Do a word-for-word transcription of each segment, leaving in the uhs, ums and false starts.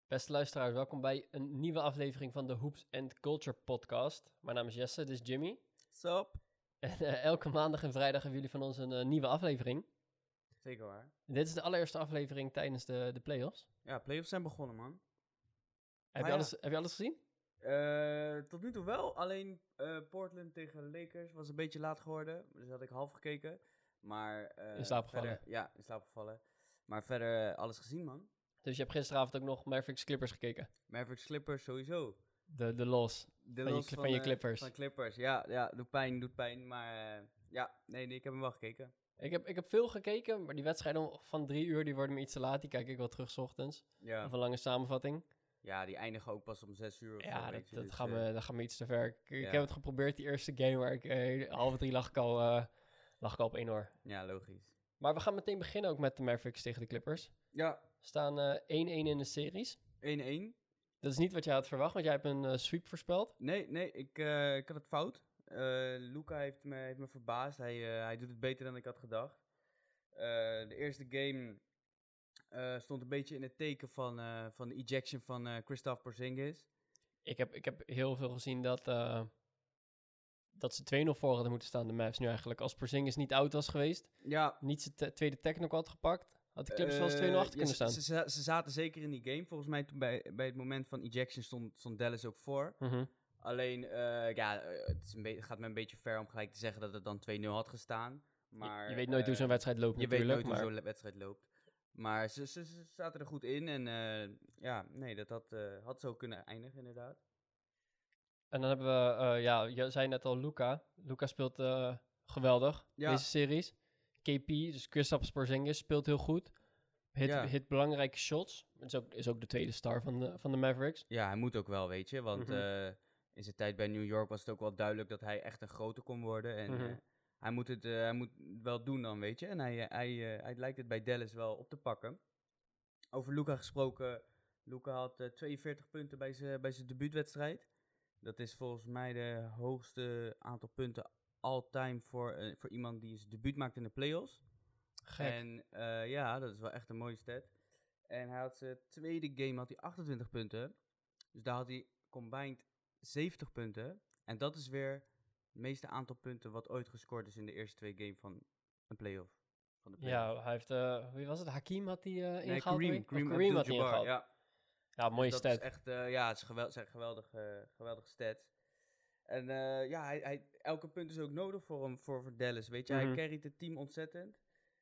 Beste luisteraars, welkom bij een nieuwe aflevering van de Hoops and Culture podcast. Mijn naam is Jesse, dit is Jimmy. Sup? En uh, elke maandag en vrijdag hebben jullie van ons een uh, nieuwe aflevering. Zeker waar. En dit is de allereerste aflevering tijdens de, de playoffs. Ja, playoffs zijn begonnen, man. Heb, je ja. alles, heb je alles gezien? Uh, tot nu toe wel, alleen uh, Portland tegen Lakers was een beetje laat geworden. Dus had ik half gekeken. Maar, uh, in slaap gevallen? Verder, ja, in slaap gevallen. Maar verder uh, alles gezien, man. Dus je hebt gisteravond ook nog Mavericks Clippers gekeken? Mavericks Clippers sowieso. De, de los, de van, los je, van, van je uh, Clippers. Van Clippers, ja, ja, doet pijn, doet pijn. Maar uh, ja, nee, nee, ik heb hem wel gekeken. Ik heb, ik heb veel gekeken, maar die wedstrijden van drie uur die worden me iets te laat. Die kijk ik wel terug 's ochtends. Ja. Of een lange samenvatting. Ja, die eindigen ook pas om zes uur of Ja, zo, dat, je, dat, dus, gaat uh, me, dat gaat me iets te ver. Ik, ja. ik heb het geprobeerd, die eerste game waar ik uh, half drie lag ik al, uh, lag ik al op één oor. Ja, logisch. Maar we gaan meteen beginnen ook met de Mavericks tegen de Clippers. Ja. We staan uh, één-één in de series. één-één. Dat is niet wat jij had verwacht, want jij hebt een uh, sweep voorspeld. Nee, nee, ik, uh, ik had het fout. Uh, Luka heeft me, heeft me verbaasd. Hij, uh, hij doet het beter dan ik had gedacht. Uh, de eerste game uh, stond een beetje in het teken van, uh, van de ejection van uh, Kristaps Porzingis. Ik heb, ik heb heel veel gezien dat, uh, dat ze twee nul voor hadden moeten staan, de Mavs nu eigenlijk. Als Porzingis niet oud was geweest, Ja. niet zijn te- tweede technical had gepakt, had de Clippers uh, wel eens twee nul achter ja, kunnen staan. Ze, ze, ze zaten zeker in die game. Volgens mij toen bij, bij het moment van ejection stond, stond Dallas ook voor. Mm-hmm. Alleen, uh, ja, het, is een be- het gaat me een beetje ver om gelijk te zeggen dat het dan twee nul had gestaan. Maar, je, je weet nooit uh, hoe zo'n wedstrijd loopt je natuurlijk. Je weet nooit maar... hoe zo'n wedstrijd loopt. Maar ze, ze, ze zaten er goed in en uh, ja, nee, dat had, uh, had zo kunnen eindigen inderdaad. En dan hebben we, uh, ja, je zei net al Luka. Luka speelt uh, geweldig, ja. deze series. K P, dus Kristaps Porzingis, speelt heel goed. Hit, ja. hit belangrijke shots. Is ook, is ook de tweede star van de, van de Mavericks. Ja, hij moet ook wel, weet je. Want mm-hmm. uh, in zijn tijd bij New York was het ook wel duidelijk dat hij echt een grote kon worden. En mm-hmm. uh, hij, moet het, uh, hij moet wel doen dan, weet je. En hij, hij, uh, hij lijkt het bij Dallas wel op te pakken. Over Luka gesproken. Luka had uh, tweeënveertig punten bij zijn bij zijn debuutwedstrijd. Dat is volgens mij de hoogste aantal punten all-time voor, uh, voor iemand die zijn debuut maakt in de playoffs. Gek. En uh, ja, dat is wel echt een mooie stat. En hij had zijn tweede game had hij achtentwintig punten. Dus daar had hij combined zeventig punten. En dat is weer het meeste aantal punten wat ooit gescoord is in de eerste twee games van een playoff. Van de playoff. Ja, hij heeft, uh, wie was het? Hakim had hij uh, nee, ingehaald? Kareem, Kareem, Kareem had hij ingehaald. Ja. Ja, mooie dus stat. Dat is echt, uh, ja, het is geweld, zijn geweldige, geweldige stats. En uh, ja, hij, hij, elke punt is ook nodig voor hem, voor, voor Dallas, weet je. Mm-hmm. Hij carryt het team ontzettend.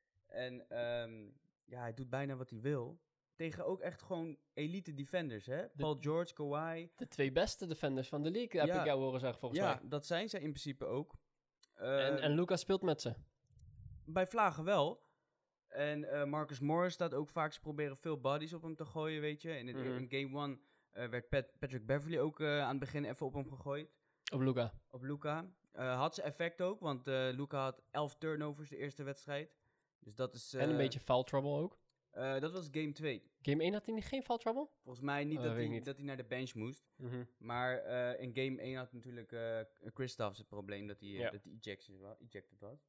En um, ja, hij doet bijna wat hij wil. Tegen ook echt gewoon elite defenders, hè. De, Paul George, Kawhi. De twee beste defenders van de league, heb ja, ik jou horen zeggen, volgens ja, mij. Ja, dat zijn ze in principe ook. Uh, en, en Luka speelt met ze? Bij vlagen wel. En uh, Marcus Morris staat ook vaak, ze proberen veel bodies op hem te gooien, weet je. In, het, mm-hmm. in game one uh, werd Pat, Patrick Beverley ook uh, aan het begin even op hem gegooid. Op Luka? Op Luka. Uh, had ze effect ook, want uh, Luka had elf turnovers de eerste wedstrijd. Dus dat is... Uh, en een beetje foul trouble ook? Uh, dat was game twee. Game één had hij niet geen foul trouble? Volgens mij niet, oh, dat, hij, niet dat hij naar de bench moest. Mm-hmm. Maar uh, in game één had natuurlijk uh, Kristaps het probleem dat hij ja. uh, ejected was. Ejected was.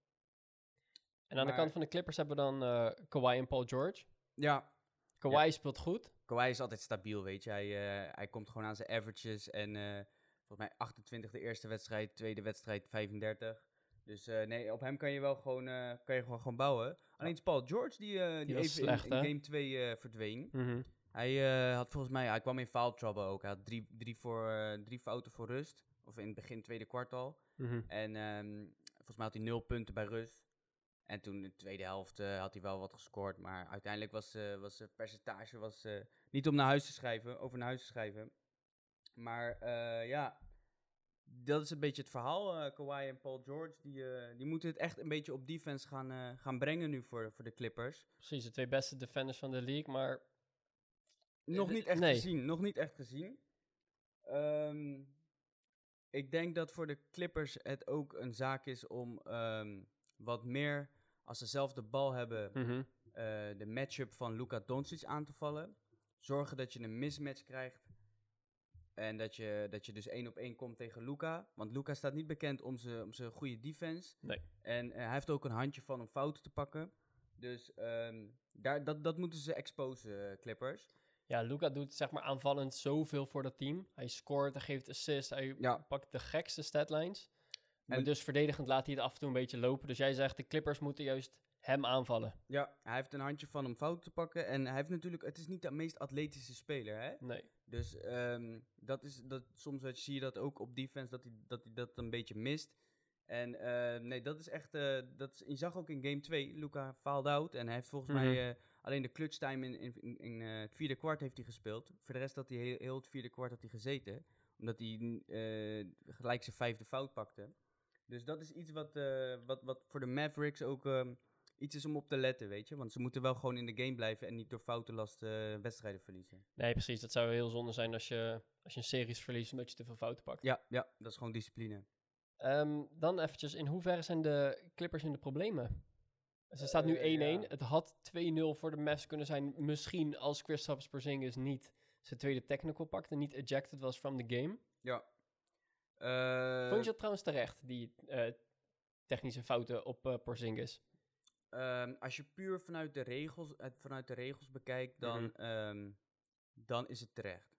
En aan maar, de kant van de Clippers hebben we dan uh, Kawhi en Paul George. Ja. Kawhi ja. speelt goed. Kawhi is altijd stabiel, weet je. Hij, uh, hij komt gewoon aan zijn averages. En uh, volgens mij achtentwintig de eerste wedstrijd, tweede wedstrijd vijfendertig. Dus uh, nee, op hem kan je wel gewoon, uh, kan je gewoon, gewoon bouwen. Alleen is Paul George die, uh, die, die even slecht, in, in game twee uh, verdween. Mm-hmm. Hij uh, had volgens mij, hij kwam in foul trouble ook. Hij had drie, drie, voor, uh, drie fouten voor rust. Of in het begin tweede kwartal. Mm-hmm. En um, volgens mij had hij nul punten bij rust. En toen in de tweede helft uh, had hij wel wat gescoord. Maar uiteindelijk was het uh, was, uh, percentage was, uh, niet om naar huis te schrijven, over naar huis te schrijven. Maar uh, ja, dat is een beetje het verhaal. Uh, Kawhi en Paul George, die, uh, die moeten het echt een beetje op defense gaan, uh, gaan brengen nu voor, voor de Clippers. Precies, de twee beste defenders van de league, maar... Nog niet echt nee. gezien, nog niet echt gezien. Um, ik denk dat voor de Clippers het ook een zaak is om um, wat meer, als ze zelf de bal hebben, mm-hmm. uh, de matchup van Luka Doncic aan te vallen. Zorgen dat je een mismatch krijgt. En dat je, dat je dus één op één komt tegen Luka. Want Luka staat niet bekend om zijn om zijn goede defense. Nee. En uh, hij heeft ook een handje van om fouten te pakken. Dus um, daar, dat, dat moeten ze exposen, uh, Clippers. Ja, Luka doet zeg maar aanvallend zoveel voor dat team. Hij scoort, hij geeft assist, hij Ja. pakt de gekste statlines. Maar En- dus verdedigend laat hij het af en toe een beetje lopen. Dus jij zegt, de Clippers moeten juist hem aanvallen. Ja, hij heeft een handje van om fouten te pakken. En hij heeft natuurlijk, het is niet de meest atletische speler, hè? Nee. Dus ehm, dat is, dat, soms weet- zie je dat ook op defense, dat hij dat, hij dat een beetje mist. En eh, nee, dat is echt, eh, dat is, je zag ook in game twee, Luka failed out. En hij heeft volgens Mhm. mij eh, alleen de clutch time in, in, in, in eh, het vierde kwart heeft hij gespeeld. Voor de rest had hij heel, heel het vierde kwart had hij gezeten. Omdat hij eh, gelijk zijn vijfde fout pakte. Dus dat is iets wat, eh, wat, wat voor de Mavericks ook ehm, iets is om op te letten, weet je. Want ze moeten wel gewoon in de game blijven en niet door foutenlast eh wedstrijden verliezen. Nee, precies. Dat zou heel zonde zijn als je, als je een series verliest omdat je te veel fouten pakt. Ja, ja, dat is gewoon discipline. Ehm, dan eventjes, in hoeverre zijn de Clippers in de problemen? Ze staat nu Eh, één-één. ja. Het had twee nul voor de Mavs kunnen zijn. Misschien als Kristaps Porzingis niet zijn tweede technical pakte. Niet ejected was from the game. Ja. Eh, Vond je dat trouwens terecht, die eh, technische fouten op eh, Porzingis? ehm, als je puur vanuit de regels, het vanuit de regels bekijkt, dan, Mhm. ehm, dan is het terecht.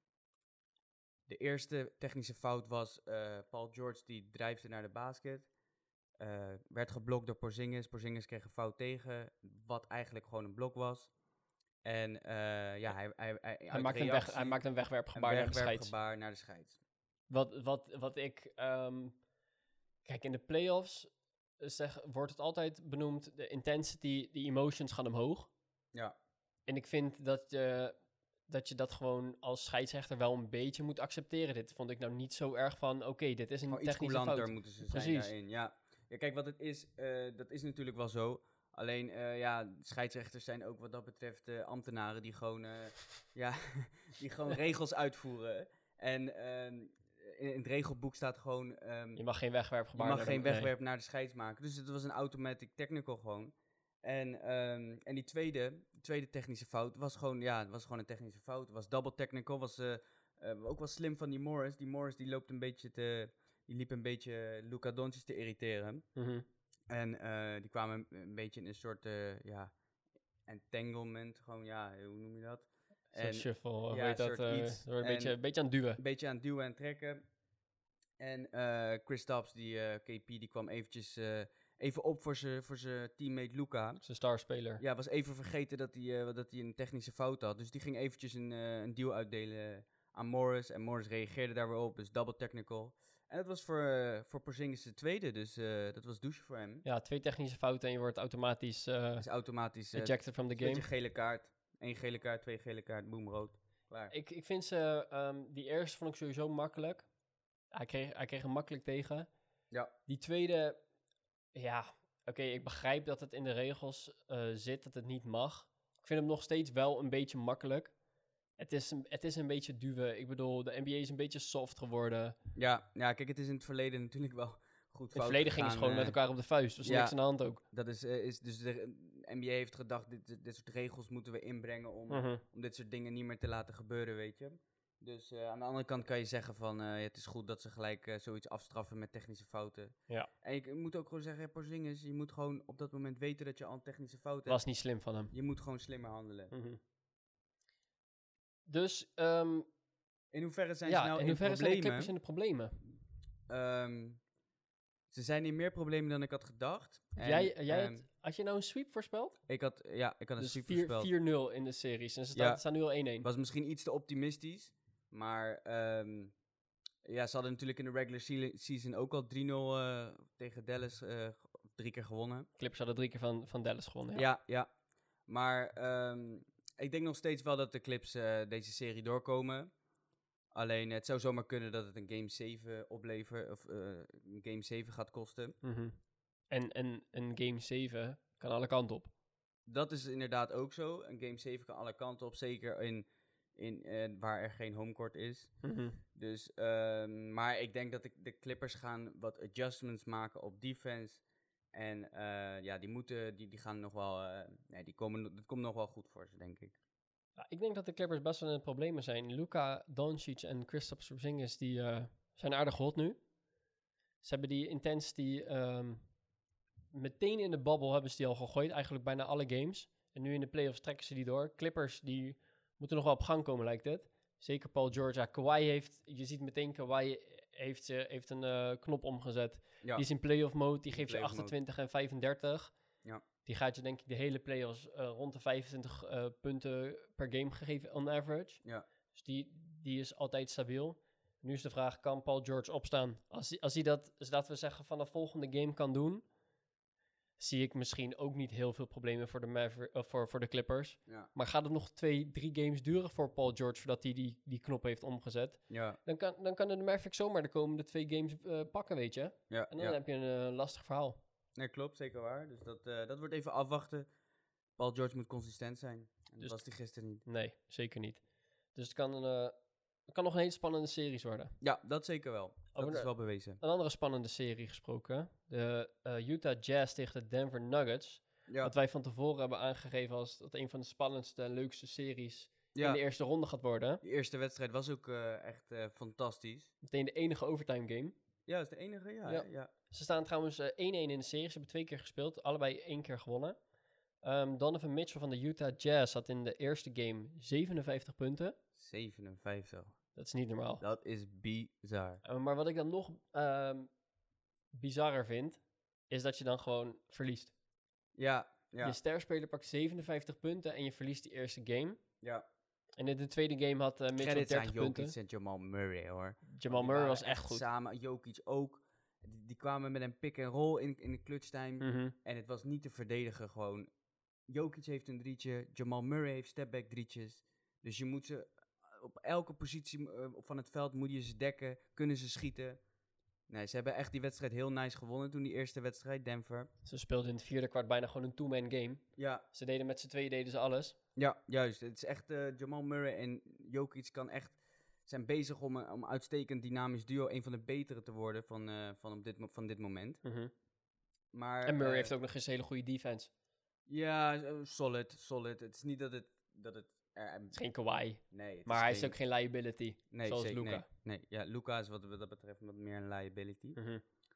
De eerste technische fout was eh, Paul George die drijfde naar de basket. Eh, werd geblokt door Porzingis. Porzingis kreeg een fout tegen, wat eigenlijk gewoon een blok was. En eh, ja, hij, hij, hij, Hij uit maakt, een weg, reactie hij maakt een een wegwerpgebaar naar de scheids. wegwerpgebaar naar de scheids. Wat, wat, wat ik... ehm, kijk, in de playoffs eh, zeg, wordt het altijd benoemd... de intensity, de emotions gaan omhoog. Ja, En ik vind dat je, dat je dat gewoon als scheidsrechter wel een beetje moet accepteren. Dit vond ik nou niet zo erg van... Oké, dit is een gewoon iets technische coulanter fout. moeten ze Precies. zijn daarin. Ja. Ja, kijk, wat het is, eh, dat is natuurlijk wel zo. Alleen, eh, ja, scheidsrechters zijn ook wat dat betreft eh, ambtenaren die gewoon, eh, ja, die gewoon regels uitvoeren. En ehm, in, in het regelboek staat gewoon, ehm, Je mag geen je wegwerpgebaar mag naar geen de- nee. wegwerp naar de scheids maken. Dus het was een automatic technical gewoon. En, ehm, en die tweede, tweede technische fout was gewoon, ja, het was gewoon een technische fout. Het was double technical, was eh, eh, ook wel slim van die Morris. Die Morris die loopt een beetje te, die liep een beetje Luka Doncic te irriteren. Mhm. En eh, die kwamen een, een beetje in een soort, eh, ja, entanglement, gewoon, ja, hoe noem je dat? Een soort shuffle, hoe ja, heet dat? soort eh, iets. door een, En- beetje, een beetje aan het duwen. Een beetje aan het duwen en trekken. En eh Kristaps, die eh, K P, die kwam eventjes eh, even op voor zijn voor zijn teammate Luka. Zijn starspeler. Ja, was even vergeten dat hij, eh, dat hij een technische fout had. Dus die ging eventjes een, eh, een deal uitdelen aan Morris. En Morris reageerde daar weer op, dus double technical. En dat was voor, eh voor Porzingis de tweede, dus eh, dat was douche voor hem. Ja, twee technische fouten en je wordt automatisch eh Dus automatisch uh, ejected from the game. een gele kaart. Eén gele kaart, twee gele kaart, boom, rood. Klaar. Ik, ik vind ze, ehm, die eerste vond ik sowieso makkelijk. Hij kreeg, hij kreeg hem makkelijk tegen. Ja. Die tweede, ja, oké, ik begrijp dat het in de regels eh, zit, dat het niet mag. Ik vind hem nog steeds wel een beetje makkelijk. Het is een, het is een beetje duwen. Ik bedoel, de N B A is een beetje soft geworden. Ja, ja, kijk, het is in het verleden natuurlijk wel goed In het fout verleden gingen ze gegaan, gewoon eh, met elkaar op de vuist. Er was ja. niks aan de hand ook. Dat is, eh, is dus de N B A heeft gedacht, dit, dit soort regels moeten we inbrengen om, Mhm. om dit soort dingen niet meer te laten gebeuren, weet je. Dus eh, aan de andere kant kan je zeggen van, eh, het is goed dat ze gelijk eh, zoiets afstraffen met technische fouten. Ja. En je k- moet ook gewoon zeggen, ja, Porzingis, je moet gewoon op dat moment weten dat je al een technische fout hebt. Was niet slim van hem. Je moet gewoon slimmer handelen. Mhm. Dus, ehm, In hoeverre zijn ze ja, nou in in hoeverre zijn de problemen? Clippers in de problemen? Ehm, ze zijn in meer problemen dan ik had gedacht. En, jij, jij ehm, had, had je nou een sweep voorspeld? ik had, ja, ik had een Dus super vier- spel. vier nul in de series. En ze staan, Ja. staan nu al één-één. Was misschien iets te optimistisch. Maar ehm, ja, ze hadden natuurlijk in de regular se- season ook al drie nul eh, tegen Dallas eh, g- drie keer gewonnen. Clippers hadden drie keer van, van Dallas gewonnen. Ja, Ja. ja. Maar ehm, ik denk nog steeds wel dat de Clips eh, deze serie doorkomen. Alleen het zou zomaar kunnen dat het een game zeven oplevert. Of eh, een game zeven gaat kosten. Mhm. En, en een game zeven kan alle kanten op. Dat is inderdaad ook zo. Een game zeven kan alle kanten op. Zeker in, in, eh, waar er geen homecourt is. Mhm. Dus, ehm, maar ik denk dat de, de Clippers gaan wat adjustments maken op defense. En eh, ja, die moeten, die, die gaan nog wel, eh, nee, die komen, dat komt nog wel goed voor ze, denk ik. Ja, ik denk dat de Clippers best wel in de problemen zijn. Luka Doncic en Kristaps Porzingis die eh, zijn aardig hot nu. Ze hebben die intensity ehm, meteen in de bubble hebben ze die al gegooid. Eigenlijk bijna alle games. En nu in de playoffs trekken ze die door. Clippers die moeten nog wel op gang komen, lijkt het. Zeker Paul George. Ja, Kawhi heeft, je ziet meteen, Kawhi heeft, ze, heeft een uh, knop omgezet. Ja. Die is in playoff mode, die In geeft je playoff achtentvijftig en vijfendertig. Ja. Die gaat je denk ik de hele playoffs uh, rond de vijfentwintig uh, punten per game gegeven on average. Ja. Dus die, die is altijd stabiel. Nu is de vraag, kan Paul George opstaan? Als hij, als hij dat, dus laten we zeggen, van de volgende game kan doen, zie ik misschien ook niet heel veel problemen voor de, Maver- uh, voor, voor de Clippers. Ja. Maar gaat het nog twee, drie games duren voor Paul George voordat hij die, die knop heeft omgezet? Ja. Dan kan, dan kan de Mavericks zomaar de komende twee games uh, pakken, weet je? Ja. En dan ja. heb je een uh, lastig verhaal. Nee, klopt, zeker waar. Dus dat, uh, dat wordt even afwachten. Paul George moet consistent zijn. En Dus dat was hij gisteren niet. Nee, zeker niet. Dus het kan, een, uh, het kan nog een hele spannende series worden. Ja, dat zeker wel. Dat Over is de, wel bewezen. Een andere spannende serie gesproken. De uh, Utah Jazz tegen de Denver Nuggets. Ja. Wat wij van tevoren hebben aangegeven als dat een van de spannendste en leukste series ja. in de eerste ronde gaat worden. Die eerste wedstrijd was ook uh, echt uh, fantastisch. Meteen de enige overtime game. Ja, dat is de enige, ja. ja. ja. Ze staan trouwens uh, één-één in de serie. Ze hebben twee keer gespeeld. Allebei één keer gewonnen. Um, Donovan Mitchell van de Utah Jazz had in de eerste game zevenenvijftig punten. zevenenvijftig. Dat is niet normaal. Dat is bizar. Uh, maar wat ik dan nog um, bizarrer vind, is dat je dan gewoon verliest. Ja, ja. Je sterspeler pakt zevenenvijftig punten en je verliest die eerste game. Ja. En in de tweede game had uh, Mitchell Credits dertig aan punten. Jokic en Jamal Murray, hoor. Jamal Murray was echt goed. Samen, Jokic ook. Die, die kwamen met een pick-and-roll in, in de clutch time. Mm-hmm. En het was niet te verdedigen gewoon. Jokic heeft een drietje, Jamal Murray heeft stepback drietjes. Dus je moet ze op elke positie uh, van het veld moet je ze dekken, kunnen ze schieten. Nee, ze hebben echt die wedstrijd heel nice gewonnen toen die eerste wedstrijd, Denver. Ze speelden in het vierde kwart bijna gewoon een two-man game. Ja. Ze deden met z'n tweeën deden ze alles. Ja, juist. Het is echt, uh, Jamal Murray en Jokic kan echt, zijn bezig om een om uitstekend dynamisch duo, een van de betere te worden van, uh, van, op dit, van dit moment. Mm-hmm. Maar, en Murray uh, heeft ook nog eens een hele goede defense. Ja, uh, solid, solid. Het is niet dat het... Dat het er, het is geen Kawhi. Nee. Het maar is hij geen... is ook geen liability. Nee, zoals zeker, Luka. Nee, nee, ja, Luka is wat dat betreft wat meer een liability. Mm-hmm.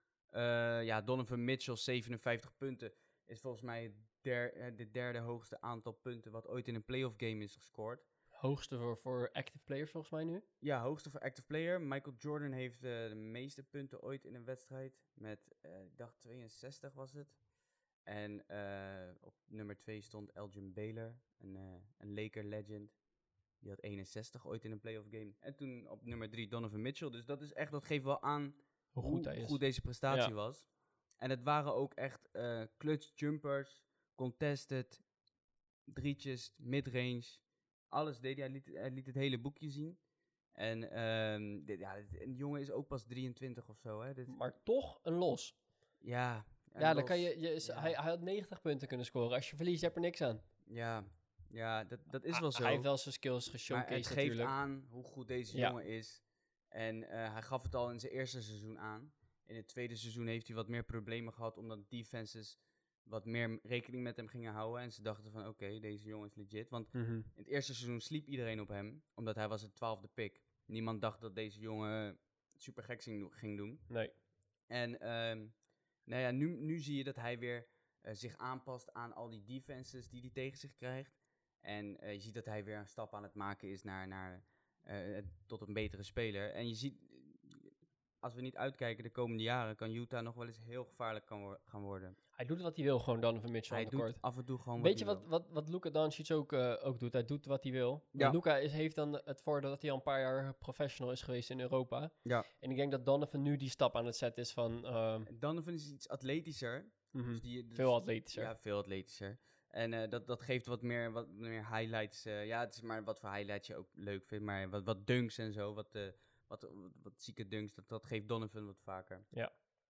Uh, ja, Donovan Mitchell, zevenenvijftig punten. Is volgens mij het der, de derde hoogste aantal punten wat ooit in een playoff game is gescoord. Hoogste voor, voor active players volgens mij nu? Ja, hoogste voor active player. Michael Jordan heeft uh, de meeste punten ooit in een wedstrijd. Met, uh, ik dacht tweeënzestig was het. En uh, op nummer twee stond Elgin Baylor, een, uh, een Laker legend. Die had eenenzestig ooit in een playoff game. En toen op nummer drie Donovan Mitchell. Dus dat is echt, dat geeft wel aan hoe goed, hoe hij is. goed deze prestatie ja. was. En het waren ook echt uh, clutch jumpers, contested, drietjes, midrange. Alles deed hij. Hij liet, hij liet het hele boekje zien. En um, dit, ja, dit, een jongen is ook pas drieëntwintig of zo. Hè? Dit, maar toch een los. Ja. Ja, los, dan kan je, je is, ja. hij, hij had negentig punten kunnen scoren. Als je verliest, heb je er niks aan. Ja, ja dat, dat is wel zo. Hij heeft wel zijn skills geshowcased maar het geeft natuurlijk. aan hoe goed deze ja. jongen is. En uh, hij gaf het al in zijn eerste seizoen aan. In het tweede seizoen heeft hij wat meer problemen gehad, omdat defenses wat meer rekening met hem gingen houden. En ze dachten van, oké, okay, deze jongen is legit. Want mm-hmm. in het eerste seizoen sliep iedereen op hem, omdat hij was het twaalfde pick. Niemand dacht dat deze jongen super gek ging doen. Nee. En um, nou ja, nu, nu zie je dat hij weer uh, zich aanpast aan al die defenses die hij tegen zich krijgt. En uh, je ziet dat hij weer een stap aan het maken is naar, naar, uh, tot een betere speler. En je ziet, als we niet uitkijken de komende jaren, kan Utah nog wel eens heel gevaarlijk kan wo- gaan worden. Hij doet wat hij wil, gewoon Donovan Mitchell. Hij doet kort. af en toe gewoon Weet je wat wat, wat, wat Luka Doncic ook, uh, ook doet? Hij doet wat hij wil. Ja. Luka is, heeft dan het voordeel dat hij al een paar jaar professional is geweest in Europa. Ja. En ik denk dat Donovan nu die stap aan het zetten is van... Uh, Donovan is iets atletischer. Mm-hmm. Dus die, dus, veel atletischer. Ja, veel atletischer. En uh, dat, dat geeft wat meer, wat meer highlights. Uh, ja, het is maar wat voor highlights je ook leuk vindt. Maar wat, wat dunks en zo, wat, uh, wat, wat, wat zieke dunks, dat, dat geeft Donovan wat vaker. Ja.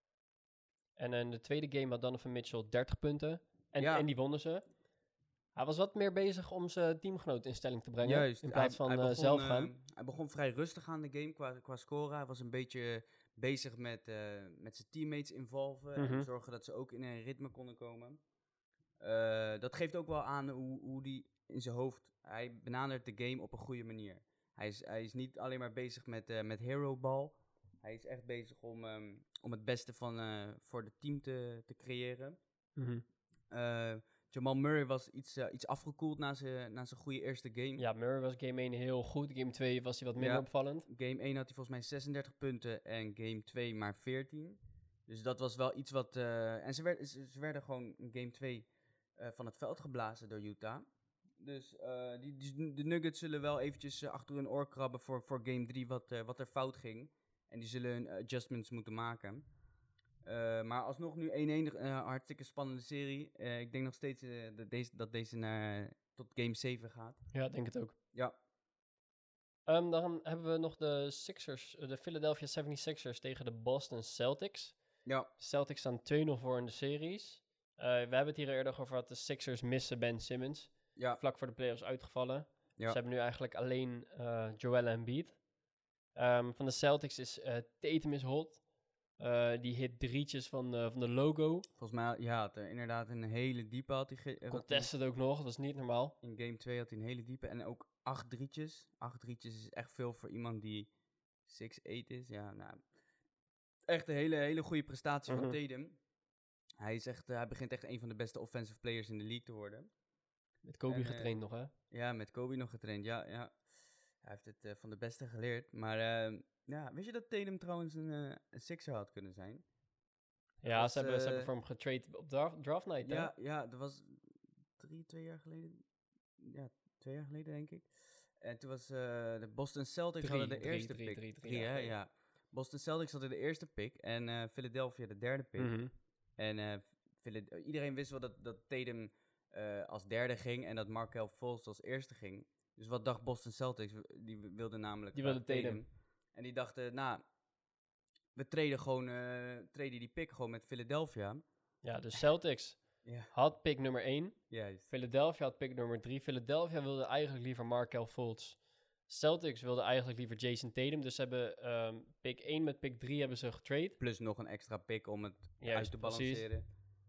En in de tweede game had Donovan Mitchell dertig punten. En, ja. en die wonnen ze. Hij was wat meer bezig om zijn teamgenoot in stelling te brengen. Juist. In plaats hij, van hij begon, uh, zelf gaan. Uh, hij begon vrij rustig aan de game qua, qua scoren. Hij was een beetje bezig met, uh, met zijn teammates involven. Mm-hmm. En zorgen dat ze ook in een ritme konden komen. Uh, dat geeft ook wel aan hoe, hoe die in zijn hoofd... Hij benadert de game op een goede manier. Hij is, hij is niet alleen maar bezig met, uh, met hero ball. Hij is echt bezig om, um, om het beste van, uh, voor het team te, te creëren. Mm-hmm. Uh, Jamal Murray was iets, uh, iets afgekoeld na zijn na zijn goede eerste game. Ja, Murray was game één heel goed. Game twee was hij wat minder Ja. opvallend. Game één had hij volgens mij zesendertig punten en game twee maar veertien. Dus dat was wel iets wat... Uh, en ze, werd, ze, ze werden gewoon in game twee uh, van het veld geblazen door Utah. Dus uh, die, die, de Nuggets zullen wel eventjes uh, achter hun oor krabben voor, voor game drie wat, uh, wat er fout ging. En die zullen hun adjustments moeten maken. Uh, maar alsnog nu één-één, uh, hartstikke spannende serie. Uh, ik denk nog steeds uh, dat deze, dat deze naar, tot game zeven gaat. Ja, denk het ook. Ja. Um, dan hebben we nog de Sixers, de Philadelphia zevenenzestigers tegen de Boston Celtics. Ja. De Celtics staan twee nul voor in de series. Uh, we hebben het hier eerder over gehad, de Sixers missen Ben Simmons. Ja. Vlak voor de playoffs uitgevallen. Ja. Ze hebben nu eigenlijk alleen uh, Joel Embiid. Um, van de Celtics is uh, Tatum is hot. Uh, die hit drietjes van, uh, van de logo. Volgens mij, ja, had er inderdaad een hele diepe. Had hij ge- Contested ook nog, dat is niet normaal. In game twee had hij een hele diepe en ook acht drietjes. Acht drietjes is echt veel voor iemand die zes acht is. Ja, nou, echt een hele, hele goede prestatie Mm-hmm. van Tatum. Hij, is echt, uh, hij begint echt een van de beste offensive players in de league te worden. Met Kobe en, getraind uh, nog, hè? Ja, met Kobe nog getraind, ja. ja. Hij heeft het uh, van de beste geleerd. Maar uh, ja, wist je dat Tatum trouwens een, uh, een Sixer had kunnen zijn? Ja, was, ze, hebben, uh, ze hebben voor hem getrade op draft, draft night, ja, hè? Ja, dat was drie, twee jaar geleden. Ja, twee jaar geleden denk ik. En toen was uh, de Boston Celtics drie, hadden de drie, eerste drie, pick. drie, drie, drie drie hè, ja. Boston Celtics hadden de eerste pick en uh, Philadelphia de derde pick. Mm-hmm. En uh, Phila- iedereen wist wel dat, dat Tatum uh, als derde ging en dat Markelle Fultz als eerste ging. Dus wat dacht Boston Celtics? Die wilden namelijk Die wilden Tatum. Tatum. En die dachten, nou, we traden gewoon, uh, traden die pick gewoon met Philadelphia. Ja, de Celtics Ja. had pick nummer één. Juist. Philadelphia had pick nummer drie. Philadelphia wilde eigenlijk liever Markelle Fultz. Celtics wilden eigenlijk liever Jason Tatum. Dus ze hebben um, pick één met pick drie hebben ze getrade. Plus nog een extra pick om het Juist, uit te precies. balanceren.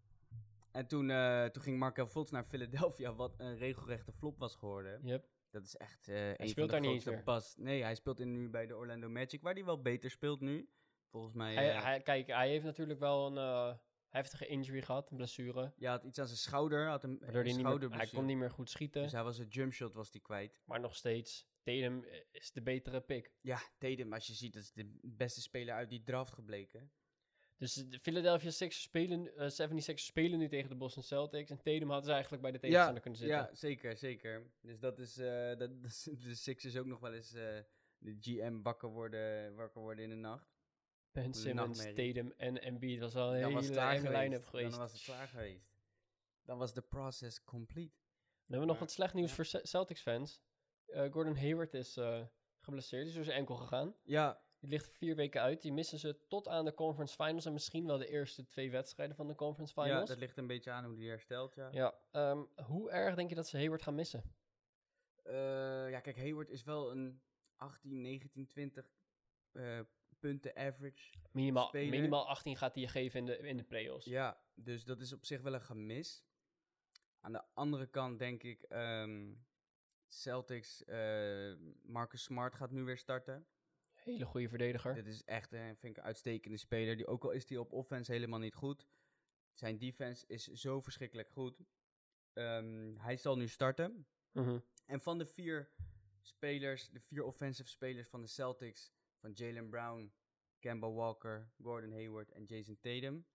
En toen, uh, toen ging Markelle Fultz naar Philadelphia, wat een regelrechte flop was geworden. Yep. Dat is echt uh, een van speelt de daar niet grootste bas. Nee, hij speelt in, nu bij de Orlando Magic, waar hij wel beter speelt nu. Volgens mij... Uh, Hij, hij, kijk, hij heeft natuurlijk wel een uh, heftige injury gehad, een blessure. Ja, had iets aan zijn schouder. Had een, Waardoor een hij, niet meer, hij schouderblessure. kon niet meer goed schieten. Dus hij was een jumpshot was die kwijt. Maar nog steeds, Tatum is de betere pick. Ja, Tatum, als je ziet, dat is de beste speler uit die draft gebleken. Dus de Philadelphia Sixers spelen, uh, zevenenzestigers spelen nu tegen de Boston Celtics. En Tatum had ze eigenlijk bij de tegenstander ja, kunnen zitten. Ja, zeker, zeker. Dus dat is, uh, dat, de Sixers ook nog wel eens uh, de G M wakker worden, wakker worden in de nacht. Ben Simmons, Tatum en Embiid was al een dan hele enge line-up geweest. Dan was het klaar geweest. Dan was de process complete. Dan hebben we nog wat slecht nieuws ja. voor Celtics fans. Uh, Gordon Hayward is uh, geblesseerd, die is door zijn enkel gegaan. Ja. Die ligt vier weken uit. Die missen ze tot aan de conference finals en misschien wel de eerste twee wedstrijden van de conference finals. Ja, dat ligt een beetje aan hoe die herstelt, ja. Ja, um, hoe erg denk je dat ze Hayward gaan missen? Uh, ja, kijk, Hayward is wel een achttien, negentien, twintig uh, punten average minimaal, speler. Minimaal achttien gaat hij je geven in de, in de playoffs. Ja, dus dat is op zich wel een gemis. Aan de andere kant denk ik, um, Celtics, uh, Marcus Smart gaat nu weer starten. Hele goede verdediger. Dit is echt uh, vind ik een uitstekende speler. Die, ook al is hij op offense helemaal niet goed. Zijn defense is zo verschrikkelijk goed. Um, hij zal nu starten. Mm-hmm. En van de vier spelers, de vier offensive spelers van de Celtics, van Jaylen Brown, Kemba Walker, Gordon Hayward en Jason Tatum,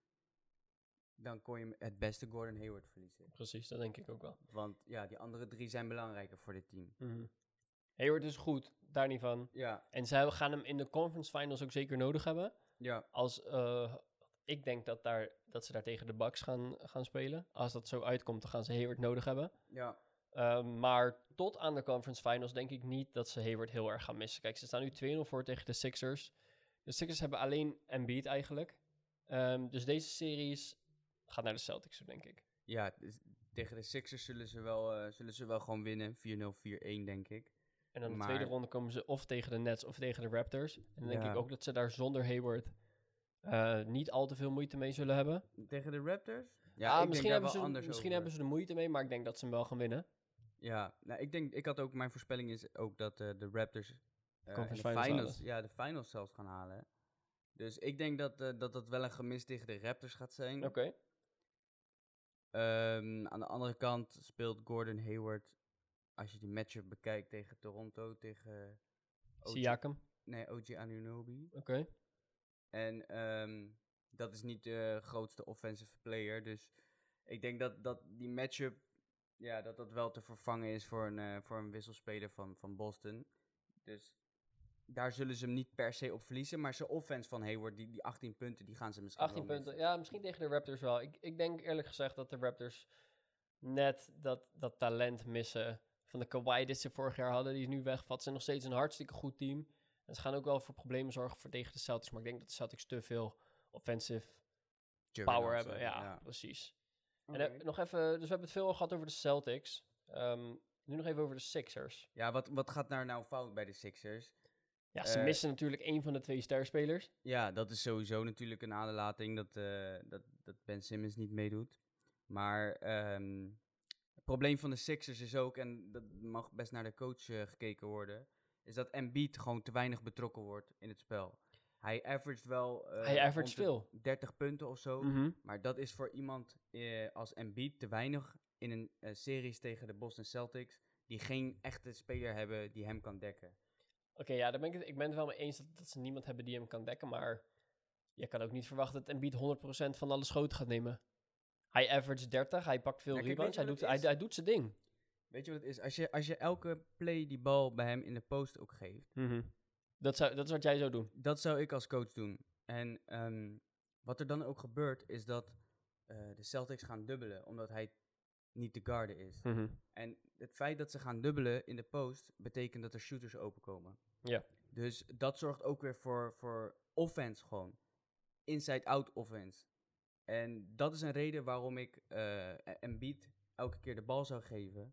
dan kon je het beste Gordon Hayward verliezen. Precies, dat denk ik ook wel. Want ja, die andere drie zijn belangrijker voor dit team. Mm-hmm. Hayward is goed, daar niet van. Ja. En zij gaan hem in de conference finals ook zeker nodig hebben. Ja. Als, uh, ik denk dat, daar, dat ze daar tegen de Bucks gaan, gaan spelen. Als dat zo uitkomt, dan gaan ze Hayward nodig hebben. Ja. Uh, maar tot aan de conference finals denk ik niet dat ze Hayward heel erg gaan missen. Kijk, ze staan nu twee nul voor tegen de Sixers. De Sixers hebben alleen Embiid eigenlijk. Um, dus deze series gaat naar de Celtics, denk ik. Ja, dus tegen de Sixers zullen ze wel, uh, zullen ze wel gewoon winnen. vier nul, vier één denk ik. En dan de maar... tweede ronde komen ze of tegen de Nets of tegen de Raptors. En dan denk ja. ik ook dat ze daar zonder Hayward uh, niet al te veel moeite mee zullen hebben. Tegen de Raptors? Ja, ah, misschien, hebben ze, misschien hebben ze er moeite mee, maar ik denk dat ze hem wel gaan winnen. Ja, nou, ik denk, ik had ook, mijn voorspelling is ook dat uh, de Raptors uh, de de finals, finals ja, de finals zelfs gaan halen. Dus ik denk dat, uh, dat dat wel een gemis tegen de Raptors gaat zijn. Oké. Okay. Um, aan de andere kant speelt Gordon Hayward, als je die matchup bekijkt tegen Toronto, tegen O G, Siakam. nee, O G Anunoby. Oké. Okay. En um, dat is niet de grootste offensive player, dus ik denk dat, dat die matchup, ja, dat dat wel te vervangen is voor een, uh, voor een wisselspeler van, van Boston. Dus daar zullen ze hem niet per se op verliezen. Maar zijn offense van Hayward, die, die achttien punten, die gaan ze misschien achttien wel punten, missen. ja, misschien tegen de Raptors wel. Ik, ik denk eerlijk gezegd dat de Raptors net dat, dat talent missen van de Kawhi dat ze vorig jaar hadden. Die is nu weggevat. Ze zijn nog steeds een hartstikke goed team. En ze gaan ook wel voor problemen zorgen voor tegen de Celtics. Maar ik denk dat de Celtics te veel offensive power hebben. Ja, ja, precies. Okay. En uh, nog even, dus we hebben het veel al gehad over de Celtics. Um, nu nog even over de Sixers. Ja, wat, wat gaat daar nou fout bij de Sixers? Ja, ze uh, missen natuurlijk één van de twee sterspelers. Ja, dat is sowieso natuurlijk een aderlating dat, uh, dat, dat Ben Simmons niet meedoet. Maar um, het probleem van de Sixers is ook, en dat mag best naar de coach uh, gekeken worden, is dat Embiid gewoon te weinig betrokken wordt in het spel. Hij averaged wel uh, Hij averaged veel. dertig punten of zo, mm-hmm. maar dat is voor iemand uh, als Embiid te weinig in een uh, series tegen de Boston Celtics, die geen echte speler hebben die hem kan dekken. Oké, okay, ja, daar ben ik, ik ben het wel mee eens dat, dat ze niemand hebben die hem kan dekken, maar je kan ook niet verwachten dat Embiid honderd procent van alle schoten gaat nemen. Hij averaged dertig, hij pakt veel ja, kijk, rebounds, hij doet, hij, hij doet zijn ding. Weet je wat het is? Als je, als je elke play die bal bij hem in de post ook geeft. Mm-hmm. Dat, zou, dat is wat jij zou doen? Dat zou ik als coach doen. En um, wat er dan ook gebeurt, is dat uh, de Celtics gaan dubbelen, omdat hij niet de guarde is. Mm-hmm. En het feit dat ze gaan dubbelen in de post, betekent dat er shooters openkomen. Ja. Dus dat zorgt ook weer voor, voor offense gewoon. Inside-out offense. En dat is een reden waarom ik uh, Embiid elke keer de bal zou geven.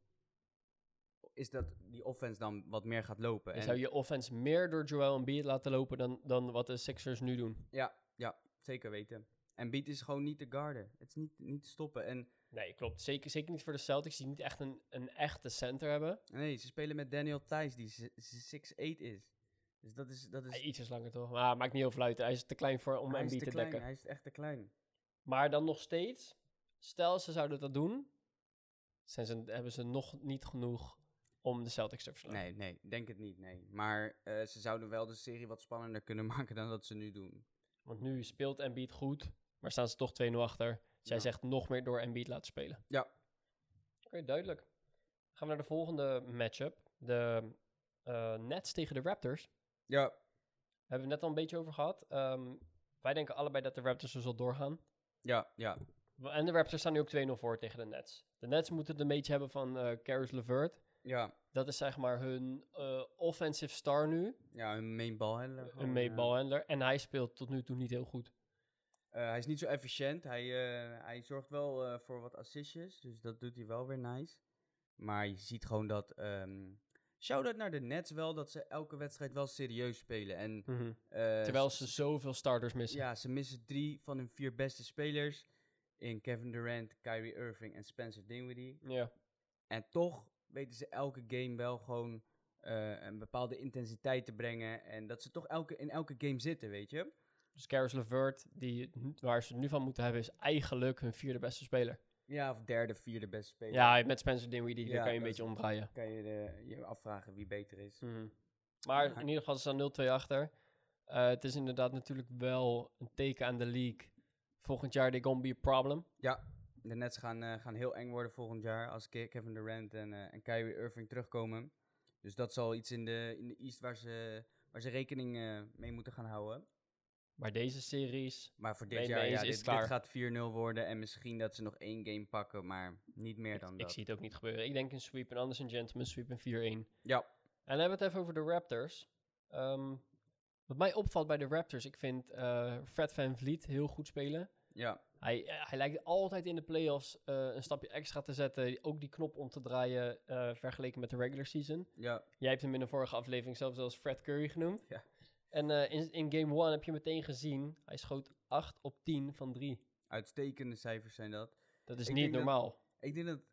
Is dat die offense dan wat meer gaat lopen. En en zou je offense meer door Joel Embiid laten lopen dan, dan wat de Sixers nu doen? Ja, ja, zeker weten. Embiid is gewoon niet te guarden. Het is niet, niet te stoppen. En nee, klopt. Zeker, zeker niet voor de Celtics, die niet echt een, een echte center hebben. Nee, ze spelen met Daniel Theis, die zes acht is. Dus dat is... Dat is Hij ietsjes langer toch? Maar maakt niet heel veel uit. Hij is te klein voor, om Embiid te, te dekken. Hij is echt te klein. Maar dan nog steeds, stel ze zouden dat doen, zijn ze, hebben ze nog niet genoeg om de Celtics te verslaan. Nee, nee, denk het niet, nee. Maar uh, ze zouden wel de serie wat spannender kunnen maken dan dat ze nu doen. Want nu speelt Embiid goed, maar staan ze toch twee nul achter. Zij ja. zegt nog meer door Embiid laten spelen. Ja. Oké, okay, duidelijk. Dan gaan we naar de volgende matchup. De uh, Nets tegen de Raptors. Ja. Daar hebben we het net al een beetje over gehad. Um, wij denken allebei dat de Raptors er zal doorgaan. Ja, ja. En de Raptors staan nu ook twee nul voor tegen de Nets. De Nets moeten het een beetje hebben van uh, Caris LeVert. Ja. Dat is zeg maar hun uh, offensive star nu. Ja, hun main balhandler. Hun main balhandler. En hij speelt tot nu toe niet heel goed. Uh, hij is niet zo efficiënt. Hij, uh, hij zorgt wel uh, voor wat assistjes. Dus dat doet hij wel weer nice. Maar je ziet gewoon dat... Um, shout-out naar de Nets wel, dat ze elke wedstrijd wel serieus spelen. En, mm-hmm. uh, Terwijl ze zoveel starters missen. Ja, ze missen drie van hun vier beste spelers. In Kevin Durant, Kyrie Irving en Spencer Dinwiddie. Ja. En toch weten ze elke game wel gewoon uh, een bepaalde intensiteit te brengen. En dat ze toch elke, in elke game zitten, weet je. Dus Caris LeVert, die, waar ze het nu van moeten hebben, is eigenlijk hun vierde beste speler. Ja, of derde, vierde beste speler. Ja, met Spencer Dinwiddie, ja, daar kan je een beetje is, omdraaien. Kan je de, je afvragen wie beter is. Mm-hmm. Maar ja. In ieder geval, ze staan nul twee achter. Uh, het is inderdaad natuurlijk wel een teken aan de league. Volgend jaar, they gonna be a problem. Ja, de Nets gaan, uh, gaan heel eng worden volgend jaar als Ke- Kevin Durant en, uh, en Kyrie Irving terugkomen. Dus dat zal iets in de, in de East waar ze, waar ze rekening uh, mee moeten gaan houden. Maar deze series... Maar voor dit jaar, ja, dit, dit gaat vier nul worden. En misschien dat ze nog één game pakken, maar niet meer ik, dan ik dat. Ik zie het ook niet gebeuren. Ik denk een sweep, en anders een gentleman sweep, een vier één. Ja. En dan hebben we het even over de Raptors. Um, wat mij opvalt bij de Raptors, ik vind uh, Fred VanVleet heel goed spelen. Ja. Hij, hij lijkt altijd in de playoffs uh, een stapje extra te zetten. Ook die knop om te draaien uh, vergeleken met de regular season. Ja. Jij hebt hem in de vorige aflevering zelfs als Fred Curry genoemd. Ja. En uh, in, in game one heb je meteen gezien, hij schoot acht op tien van drie. Uitstekende cijfers zijn dat. Dat is ik niet normaal. Dat, ik denk dat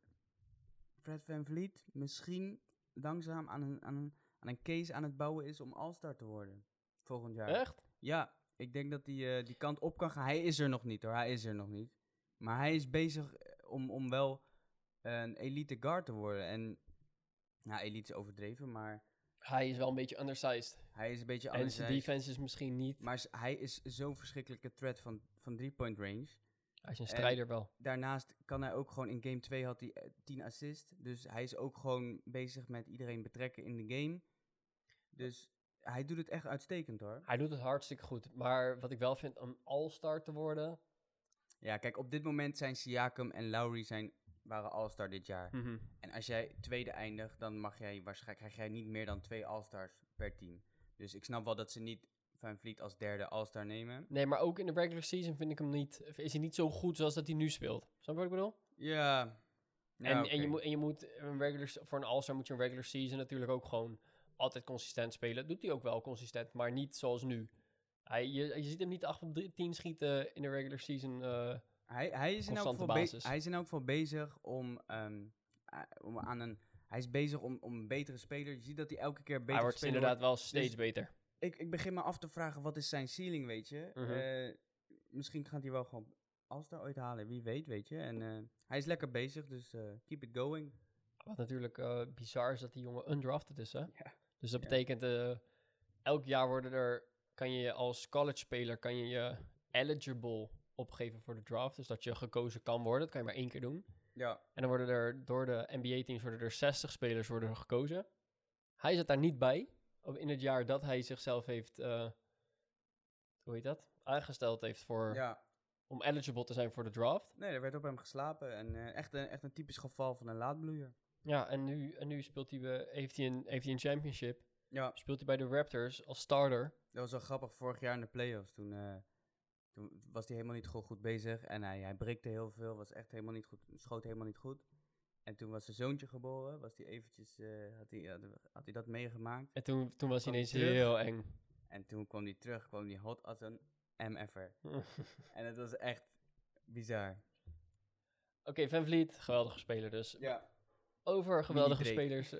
Fred VanVleet misschien langzaam aan een, aan, een, aan een case aan het bouwen is om All-Star te worden. Volgend jaar. Echt? Ja, ik denk dat hij uh, die kant op kan gaan. Hij is er nog niet hoor, hij is er nog niet. Maar hij is bezig om, om wel een elite guard te worden. En, nou, elite is overdreven, maar... Hij is wel een beetje undersized. Hij is een beetje En undersized. zijn defense is misschien niet... Maar s- hij is zo'n verschrikkelijke threat van, van three-point range. Hij is een En strijder wel. Daarnaast kan hij ook gewoon in game twee had hij eh, tien assists. Dus hij is ook gewoon bezig met iedereen betrekken in de game. Dus hij doet het echt uitstekend hoor. Hij doet het hartstikke goed. Maar wat ik wel vind, om all-star te worden... Ja, kijk, op dit moment zijn Siakam en Lowry zijn, waren all-star dit jaar. Mhm. En als jij tweede eindigt, dan mag jij waarschijnlijk krijg jij niet meer dan twee all-stars per team. Dus ik snap wel dat ze niet Van Vliet als derde all-star nemen. Nee, maar ook in de regular season vind ik hem niet... Is hij niet zo goed zoals dat hij nu speelt. Snap je wat ik bedoel? Ja. Ja, en, oké. en, je moet, en je moet een regular, voor een all-star moet je een regular season natuurlijk ook gewoon altijd consistent spelen. Dat doet hij ook wel consistent, maar niet zoals nu. Hij, je, je ziet hem niet acht op tien schieten in de regular season. Uh, hij, hij, is in elk geval be- hij is in elk geval bezig om, um, uh, om aan een... Hij is bezig om, om een betere speler. Je ziet dat hij elke keer beter Hij wordt speler inderdaad wordt. wel steeds Dus beter. Ik, ik begin me af te vragen, wat is zijn ceiling, weet je? Mhm. Uh, misschien gaat hij wel gewoon All-Star ooit halen. Wie weet, weet je. En uh, hij is lekker bezig, dus uh, keep it going. Wat natuurlijk uh, bizar is dat die jongen undrafted is, hè? Ja. Dus dat Ja. betekent, uh, elk jaar worden er, kan je als college-speler, kan je je eligible opgeven voor de draft. Dus dat je gekozen kan worden. Dat kan je maar één keer doen. Ja. En dan worden er, door de N B A-teams, worden er zestig spelers worden er gekozen. Hij zit daar niet bij. In het jaar dat hij zichzelf heeft, uh, hoe heet dat? Aangesteld heeft voor, Ja. om eligible te zijn voor de draft. Nee, er werd op hem geslapen. En uh, echt, een, echt een typisch geval van een laadbloeier. Ja, en nu, en nu speelt hij, uh, heeft, hij een, heeft hij een championship. Ja. Speelt hij bij de Raptors als starter. Dat was wel grappig. Vorig jaar in de playoffs, toen, uh, toen was hij helemaal niet goed, goed bezig. En hij, hij breekte heel veel, was echt helemaal niet goed, schoot helemaal niet goed. En toen was zijn zoontje geboren, was hij eventjes, uh, had, hij, had, had hij dat meegemaakt. En toen, toen was hij ineens terug. heel eng. En toen kwam hij terug, kwam hij hot als een M F'er. En het was echt bizar. Oké, okay, Van Vliet, geweldige speler dus. Ja. Over geweldige spelers.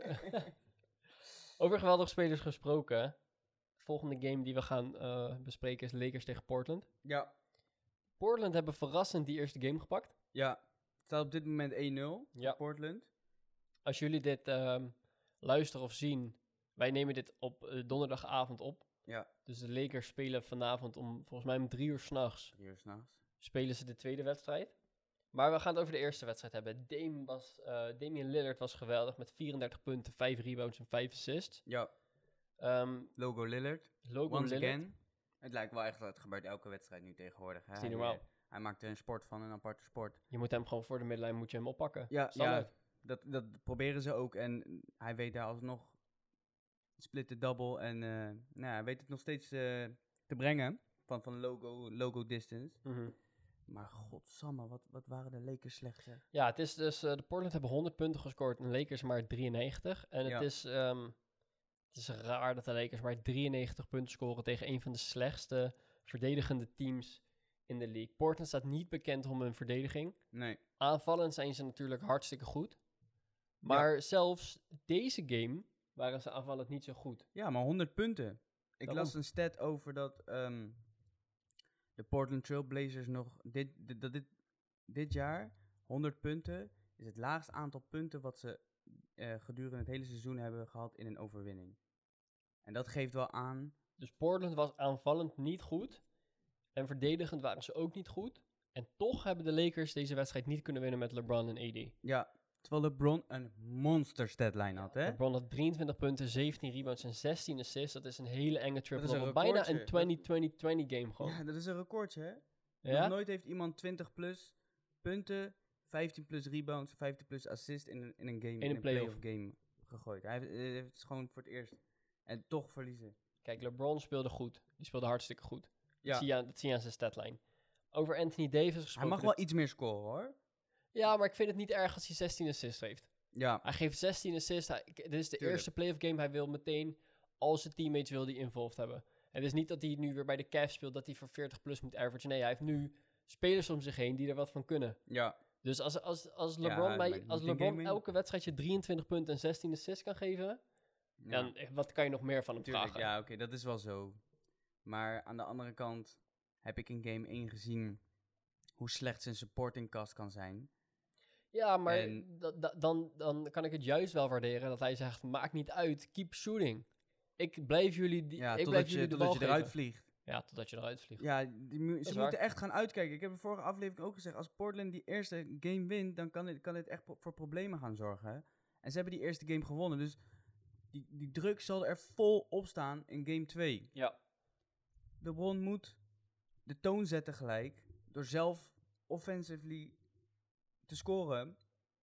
Over geweldige spelers gesproken. De volgende game die we gaan uh, bespreken is Lakers tegen Portland. Ja. Portland hebben verrassend die eerste game gepakt. Ja. Het staat op dit moment één nul ja. voor Portland. Als jullie dit um, luisteren of zien, wij nemen dit op uh, donderdagavond op. Ja. Dus de Lakers spelen vanavond om, volgens mij om drie uur 's nachts. Drie uur 's nachts. Spelen ze de tweede wedstrijd. Maar we gaan het over de eerste wedstrijd hebben. Dame was, uh, Damian Lillard was geweldig met vierendertig punten, vijf rebounds en vijf assists. Ja. Um, Logo Lillard. Logo Once Lillard. again. Het lijkt wel echt dat het gebeurt elke wedstrijd nu tegenwoordig. Dat is niet normaal. Hij, hij maakt er een sport van, een aparte sport. Je moet hem gewoon voor de middenlijn moet je hem oppakken. Ja, Standaard. ja dat, dat proberen ze ook. En hij weet daar alsnog split de double. En uh, nou, hij weet het nog steeds uh, te brengen. Van, van logo, logo distance. Mm-hmm. Maar godsamme, wat, wat waren de Lakers slecht zeg. Ja, het is dus, uh, de Portland hebben honderd punten gescoord en de Lakers maar drieënnegentig. En het, ja. is, um, het is raar dat de Lakers maar drieënnegentig punten scoren tegen een van de slechtste verdedigende teams in de league. Portland staat niet bekend om hun verdediging. Nee. Aanvallend zijn ze natuurlijk hartstikke goed. Maar ja. zelfs deze game waren ze aanvallend niet zo goed. Ja, maar honderd punten. Ik Daarom. las een stat over dat um, de Portland Trail Blazers nog dit, dit, dit, dit, dit jaar honderd punten is het laagste aantal punten wat ze uh, gedurende het hele seizoen hebben gehad in een overwinning. En dat geeft wel aan. Dus Portland was aanvallend niet goed. En verdedigend waren ze ook niet goed. En toch hebben de Lakers deze wedstrijd niet kunnen winnen met LeBron en A D. Ja, terwijl LeBron een monster statline had, hè? LeBron had drieëntwintig punten, zeventien rebounds en zestien assists. Dat is een hele enge triple-double. Een bijna een twintig twintig twintig game gewoon. Ja, dat is een recordje, hè? Ja? Nog nooit heeft iemand twintig plus punten, vijftien plus rebounds, vijftien plus assist in een, in een game, in, in een playoff game gegooid. Hij heeft, heeft het gewoon voor het eerst. En toch verliezen. Kijk, LeBron speelde goed. Die speelde hartstikke goed. Ja. Dat, zie je aan, dat zie je aan zijn statline. Over Anthony Davis gesproken. Hij mag wel iets meer scoren, hoor. Ja, maar ik vind het niet erg als hij zestien assists heeft. Ja. Hij geeft zestien assists. Hij, dit is de Tuurlijk. eerste playoff game. Hij wil meteen al zijn teammates wil die involved hebben. Het is niet dat hij nu weer bij de Cavs speelt, dat hij voor veertig plus moet averagen. Nee, hij heeft nu spelers om zich heen die er wat van kunnen. Ja. Dus als, als, als LeBron, ja, bij, als LeBron elke in. wedstrijd je drieëntwintig punten en zestien assists kan geven, ja. dan wat kan je nog meer van hem Tuurlijk, vragen? ja, oké, okay, dat is wel zo. Maar aan de andere kant heb ik in game één gezien hoe slecht zijn supporting cast kan zijn. Ja, maar En- da- da- dan, dan kan ik het juist wel waarderen dat hij zegt, maakt niet uit, keep shooting. Ik blijf jullie, die, Ja, ik blijf totdat jullie je, de bal totdat je eruit geven. vliegt. Ja, totdat je eruit vliegt. Ja, die, mu- is ze waar. moeten echt gaan uitkijken. Ik heb de vorige aflevering ook gezegd, als Portland die eerste game wint, dan kan dit, kan dit echt pro- voor problemen gaan zorgen. hè. En ze hebben die eerste game gewonnen, dus die, die druk zal er vol op staan in game twee. Ja. LeBron moet de toon zetten gelijk, door zelf offensively te scoren.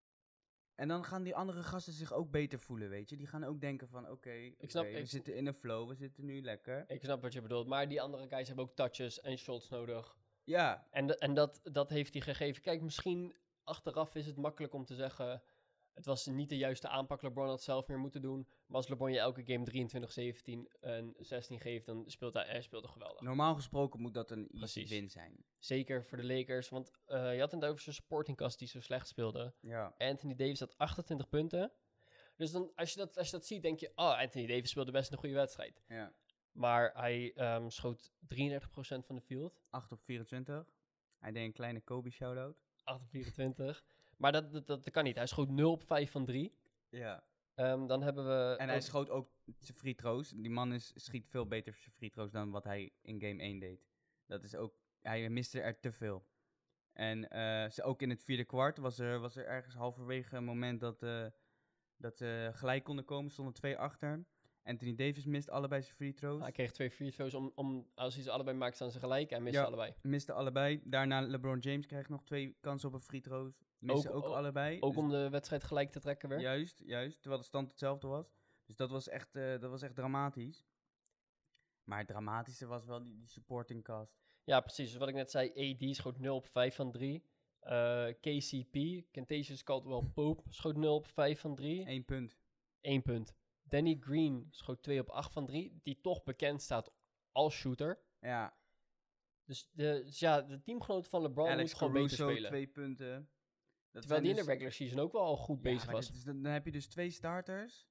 En dan gaan die andere gasten zich ook beter voelen, weet je. Die gaan ook denken van, oké, oké, snap- we ik- zitten in een flow, we zitten nu lekker. Ik snap wat je bedoelt, maar die andere guys hebben ook touches en shots nodig. Ja, En, de- en dat, dat heeft hij gegeven. Kijk, misschien achteraf is het makkelijk om te zeggen, het was niet de juiste aanpak. LeBron had het zelf meer moeten doen. Maar als LeBron je elke game drieëntwintig, zeventien en zestien geeft, dan speelt hij, hij speelt hij geweldig. normaal gesproken moet dat een easy Precies. win zijn. Zeker voor de Lakers, want eh, je had het over zijn supporting cast die zo slecht speelde. Ja. Anthony Davis had achtentwintig punten. Dus dan, als, je dat, als je dat ziet, denk je, oh, Anthony Davis speelde best een goede wedstrijd. Ja. Maar hij ehm, schoot drieëndertig procent van de field. acht op vierentwintig. Hij deed een kleine Kobe shout-out. acht op vierentwintig. Maar dat, dat, dat kan niet. Hij schoot nul op vijf van drie. Ja. Ehm, dan hebben we... En hij ook- schoot ook zijn free throws. Die man is, schiet veel beter zijn free throws dan wat hij in game één deed. Dat is ook... Hij miste er te veel. En eh, ze, ook in het vierde kwart was er, was er ergens halverwege een moment dat, eh, dat ze gelijk konden komen. Stonden twee achter. Anthony Davis mist allebei zijn free throws. Hij kreeg twee free throws. Om, om, als hij ze allebei maakt, staan ze gelijk. En miste Ja. allebei. Miste allebei. Daarna LeBron James krijgt nog twee kansen op een free throws. Miste Ook- ook, o- allebei. Ook Dus- om de wedstrijd gelijk te trekken weer. Juist, juist. Terwijl de stand hetzelfde was. Dus dat was echt, eh, dat was echt dramatisch. Maar het dramatische was wel die, die supporting cast. Ja, precies. Dus wat ik net zei, A D schoot nul op vijf van drie. Eh, K C P, Kentavious Caldwell Pope, schoot nul op vijf van drie. Eén punt. één punt. Danny Green schoot twee op acht van drie. Die toch bekend staat als shooter. Ja. Dus, de, dus ja, de teamgenoten van LeBron Alex moeten gewoon beter Caruso, spelen. twee punten. Dat Terwijl zijn die in de dus- regular season ook wel al goed Ja, bezig maar was. dit is- dan, dan heb je dus twee starters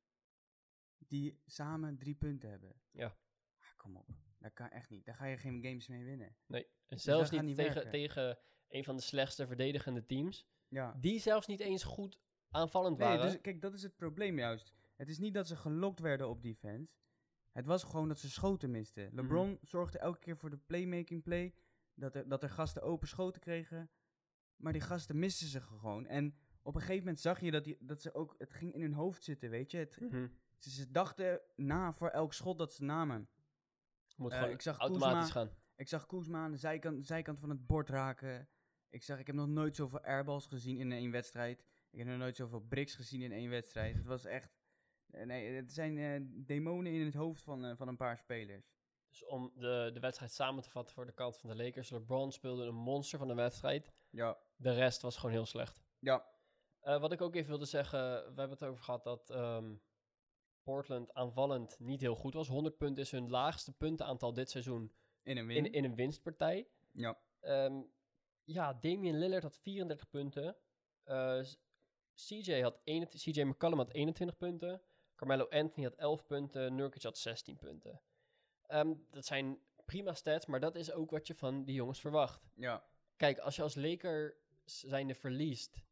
die samen drie punten hebben. Ja. Ah, kom op. Dat kan echt niet. Daar ga je geen games mee winnen. Nee, en dat zelfs gaat niet, niet tegen, werken. tegen een van de slechtste verdedigende teams. Ja. Die zelfs niet eens goed aanvallend Nee, waren. dus kijk, dat is het probleem juist. Het is niet dat ze gelokt werden op defense. Het was gewoon dat ze schoten misten. LeBron zorgde elke keer voor de playmaking play. Dat er, dat er gasten open schoten kregen. Maar die gasten misten ze gewoon. En op een gegeven moment zag je dat, die, dat ze ook... Het ging in hun hoofd zitten, weet je. Het, Mhm. ze, ze dachten na voor elk schot dat ze namen. Moet Eh, gewoon ik zag automatisch Kuzma- gaan. Ik zag Kuzma aan de zijkant, zijkant van het bord raken. Ik zag, ik heb nog nooit zoveel airballs gezien in één wedstrijd. Ik heb nog nooit zoveel bricks gezien in één wedstrijd. Het was echt... eh, Nee, het zijn eh, demonen in het hoofd van, eh, van een paar spelers. Dus om de, de wedstrijd samen te vatten voor de kant van de Lakers. LeBron speelde een monster van de wedstrijd. Ja. De rest was gewoon heel slecht. Ja. Eh, wat ik ook even wilde zeggen, we hebben het over gehad dat ehm, Portland aanvallend niet heel goed was. honderd punten is hun laagste puntenaantal dit seizoen In een win. in, in een winstpartij. Ja. Ehm, ja, Damian Lillard had vierendertig punten. Eh, s- C J, had eenentwintig, C J McCollum had eenentwintig punten. Carmelo Anthony had elf punten. Nurkic had zestien punten. Ehm, dat zijn prima stats, maar dat is ook wat je van die jongens verwacht. Ja. Kijk, als je als Laker zijnde verliest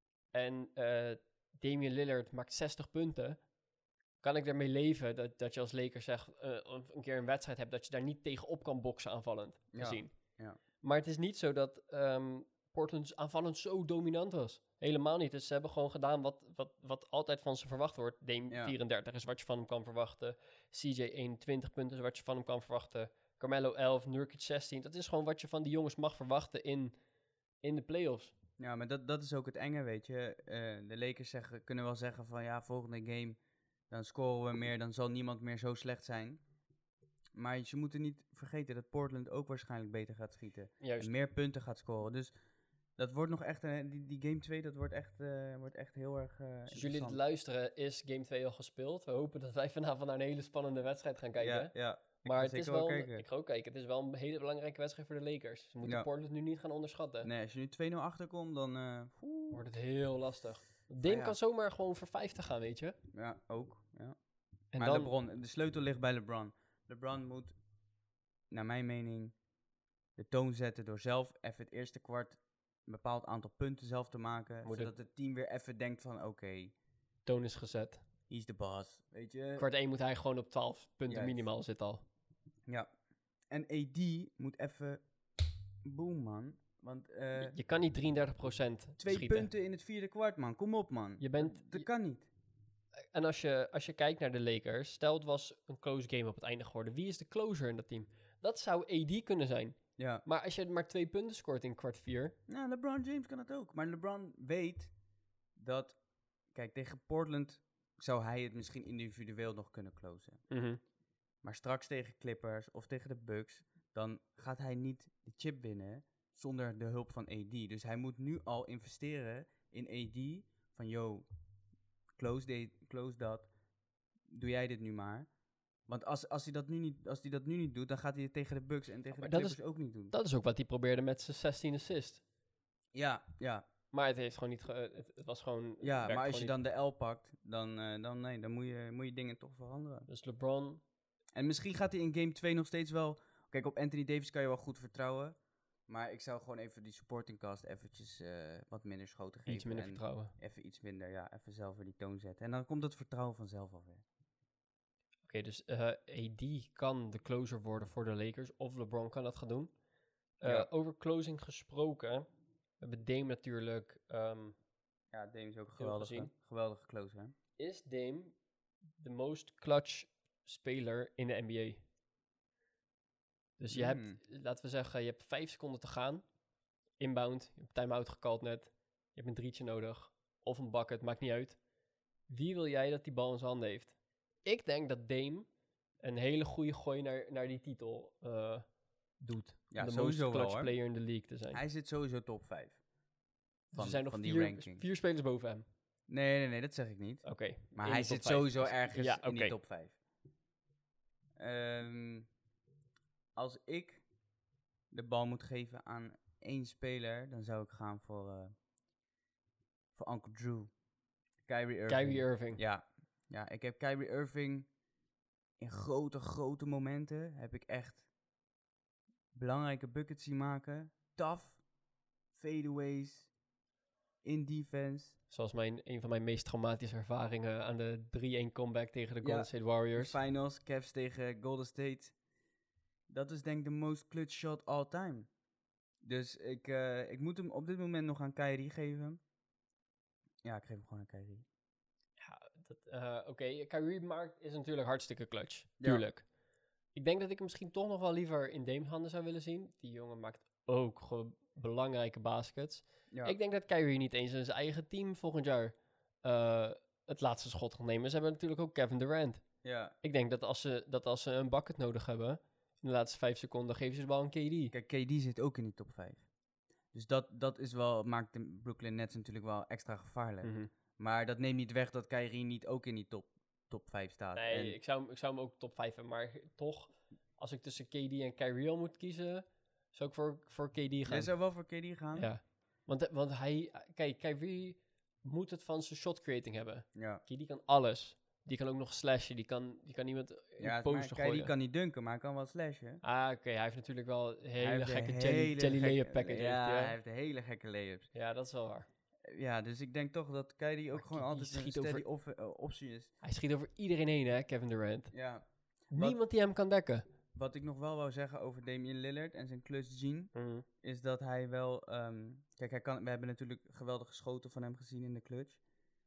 en eh Damian Lillard maakt zestig punten, kan ik ermee leven dat, dat je als Laker zegt, eh, een een keer een wedstrijd hebt dat je daar niet tegenop kan boksen aanvallend Ja, gezien. ja. Maar het is niet zo dat ehm, Portland aanvallend zo dominant was. Helemaal niet. Dus ze hebben gewoon gedaan wat, wat, wat altijd van ze verwacht wordt. Dame Ja. vierendertig is wat je van hem kan verwachten. C J eenentwintig punten is wat je van hem kan verwachten. Carmelo elf, Nurkic zestien. Dat is gewoon wat je van die jongens mag verwachten in, in de playoffs. Ja, maar dat, dat is ook het enge, weet je. Eh, de Lakers zeggen, kunnen wel zeggen van ja, volgende game, dan scoren we meer, dan zal niemand meer zo slecht zijn. Maar ze moeten niet vergeten dat Portland ook waarschijnlijk beter gaat schieten. Juist. En meer punten gaat scoren. Dus dat wordt nog echt, eh, die, die game twee, dat wordt echt, eh, wordt echt heel erg eh Dus als jullie het interessant. luisteren, is game twee al gespeeld. We hopen dat wij vanavond naar een hele spannende wedstrijd gaan kijken. Ja, ja. Ik maar ga het is zeker wel, kijken. ik ga ook kijken. Het is wel een hele belangrijke wedstrijd voor de Lakers. Ze moeten Ja. Portland nu niet gaan onderschatten. Nee, als je nu twee nul achterkomt, dan... eh, oeh. Wordt het heel lastig. Dame ja. kan zomaar gewoon voor vijftig gaan, weet je. Ja, ook. Ja. En maar dan, LeBron, de sleutel ligt bij LeBron. LeBron moet, naar mijn mening, de toon zetten door zelf even het eerste kwart bepaald aantal punten zelf te maken. Moet zodat het- het team weer even denkt van, oké, okay, Toon is gezet. he's the boss, weet je. Kwart één moet hij gewoon op twaalf punten Juist. minimaal zitten al. Ja. En A D moet even, boom man. Want eh, Je, je kan niet drieëndertig procent twee schieten. punten in het vierde kwart, man. Kom op, man. Je bent, Dat je- kan niet. en als je, als je kijkt naar de Lakers, stel het was een close game op het einde geworden. Wie is de closer in dat team? Dat zou A D kunnen zijn. Ja. Maar als je maar twee punten scoort in kwart vier. Nou, LeBron James kan het ook. Maar LeBron weet dat, kijk, tegen Portland zou hij het misschien individueel nog kunnen closen. Mhm. Maar straks tegen Clippers of tegen de Bucks, dan gaat hij niet de chip winnen zonder de hulp van A D. Dus hij moet nu al investeren in A D. Van, yo, close, de, close dat. Doe jij dit nu maar. Want als, als, hij dat nu niet, als hij dat nu niet doet, dan gaat hij het tegen de Bucks en tegen Maar de dat is- Clippers ook niet doen. Dat is ook wat hij probeerde met zijn zestien assist. Ja, ja. Maar het heeft gewoon niet... Ge- het, het was gewoon... het Ja, werkte maar als je gewoon dan de L pakt, dan, eh, dan, nee, dan moet, je, moet je dingen toch veranderen. niet. Dus LeBron... En misschien gaat hij in game twee nog steeds wel... Kijk, op Anthony Davis kan je wel goed vertrouwen. Maar ik zou gewoon even die supporting cast eventjes eh, wat minder schoten geven. Iets minder en vertrouwen. even iets minder, ja, even zelf weer die toon zetten. En dan komt het vertrouwen vanzelf alweer. Oké, dus eh A D kan de closer worden voor de Lakers. Of LeBron kan dat gaan doen. Eh, Ja. Over closing gesproken. We hebben Dame natuurlijk... ehm, Ja, Dame is ook een Veel geweldige, gezien. geweldige closer. Hè? is Dame de most clutch speler in de N B A? Dus je Hmm. hebt, laten we zeggen, je hebt vijf seconden te gaan. Inbound, je hebt time-out gecallt net. Je hebt een drietje nodig. Of een bucket, maakt niet uit. Wie wil jij dat die bal in zijn handen heeft? Ik denk dat Dame een hele goede gooi naar, naar die titel eh, doet. Ja, om de most sowieso wel, clutch hoor. player in de league te zijn. Hij zit sowieso top vijf. Dus Van, er zijn nog van die vier, ranking. vier spelers boven hem. Nee, nee, nee, dat zeg ik niet. Oké. Maar in hij de top zit vijf. sowieso Dus- ergens ja, in die oké. top vijf. Ehm, als ik de bal moet geven aan één speler, dan zou ik gaan voor, eh, voor Uncle Drew. Kyrie Irving. Kyrie Irving. Ja. ja, ik heb Kyrie Irving in grote, grote momenten heb ik echt belangrijke buckets zien maken. Tough, fadeaways, in defense. Zoals mijn, een van mijn meest traumatische ervaringen aan de drie-een comeback tegen de Ja, Golden State De Warriors. finals, Cavs tegen Golden State. Dat is denk ik de most clutch shot all time. Dus ik, eh, ik moet hem op dit moment nog aan Kyrie geven. Ja, ik geef hem gewoon aan Kyrie. Ja, dat, eh, Oké, Kyrie maakt, is natuurlijk hartstikke clutch. Ja. Tuurlijk. Ik denk dat ik hem misschien toch nog wel liever in Dame's handen zou willen zien. Die jongen maakt ook gewoon belangrijke baskets. Ja, Ik denk dat Kyrie niet eens in zijn eigen team volgend jaar eh, het laatste schot gaat nemen. Ze hebben natuurlijk ook Kevin Durant. ja. Ik denk dat als ze, dat als ze een bucket nodig hebben, in de laatste vijf seconden, geven ze de bal aan K D. Kijk, K D zit ook in die top vijf. Dus dat, dat is wel, maakt de Brooklyn Nets natuurlijk wel extra gevaarlijk. Mhm. Maar dat neemt niet weg dat Kyrie niet ook in die top, top vijf staat. Nee, En- ik, zou, hem- ik zou hem ook top vijf hebben. Maar toch, als ik tussen K D en Kyrie al moet kiezen, zou ik voor, voor K D gaan. Jij zou wel voor K D gaan? Ja. Want, want hij, kijk, Kyrie moet het van zijn shot creating hebben. Ja. K D kan alles. Die kan ook nog slashen. Die kan, die kan iemand in Ja, de maar poster Kyrie gooien. kan niet dunken, maar hij kan wel slashen. Ah, oké. hij heeft natuurlijk wel een hele Hij heeft gekke een jelly, hele jelly gekke- layup package. Ja, heeft hij, hè? hij heeft hele gekke layups. Ja, dat is wel waar. Ja, dus ik denk toch dat Kyrie ook Maar gewoon die- die altijd een schiet steady off- eh, optie is. Hij schiet over iedereen heen, hè, Kevin Durant. Ja. Niemand die hem kan dekken. Wat ik nog wel wou zeggen over Damian Lillard en zijn clutch gene, is dat hij wel... ehm, kijk, hij kan, we hebben natuurlijk geweldige schoten van hem gezien in de clutch.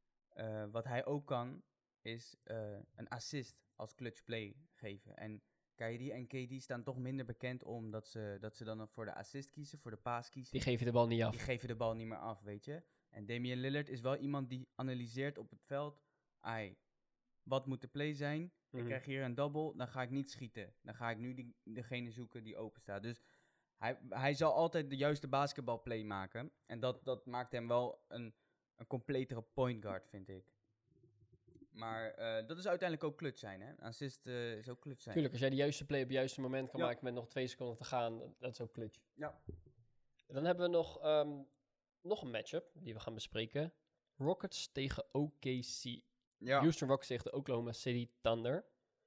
Eh, wat hij ook kan, is eh, een assist als clutch play geven. En Kyrie en K D staan toch minder bekend om dat ze, dat ze dan voor de assist kiezen, voor de paas kiezen. Die geven de bal niet af. Die geven de bal niet meer af, weet je. En Damian Lillard is wel iemand die analyseert op het veld. Ai, wat moet de play zijn? Ik Mhm. krijg hier een double, dan ga ik niet schieten. Dan ga ik nu die, degene zoeken die open staat. Dus hij, hij zal altijd de juiste basketbalplay maken. En dat, dat maakt hem wel een, een completere point guard, vind ik. Maar eh, dat is uiteindelijk ook clutch zijn, hè. Assist eh, is ook clutch zijn. Tuurlijk, als jij de juiste play op het juiste moment kan Ja. maken met nog twee seconden te gaan, dat- dat is ook clutch. Ja. Dan hebben we nog, ehm, nog een matchup die we gaan bespreken. Rockets tegen O K C. Ja. Houston Rockets tegen de Oklahoma City Thunder.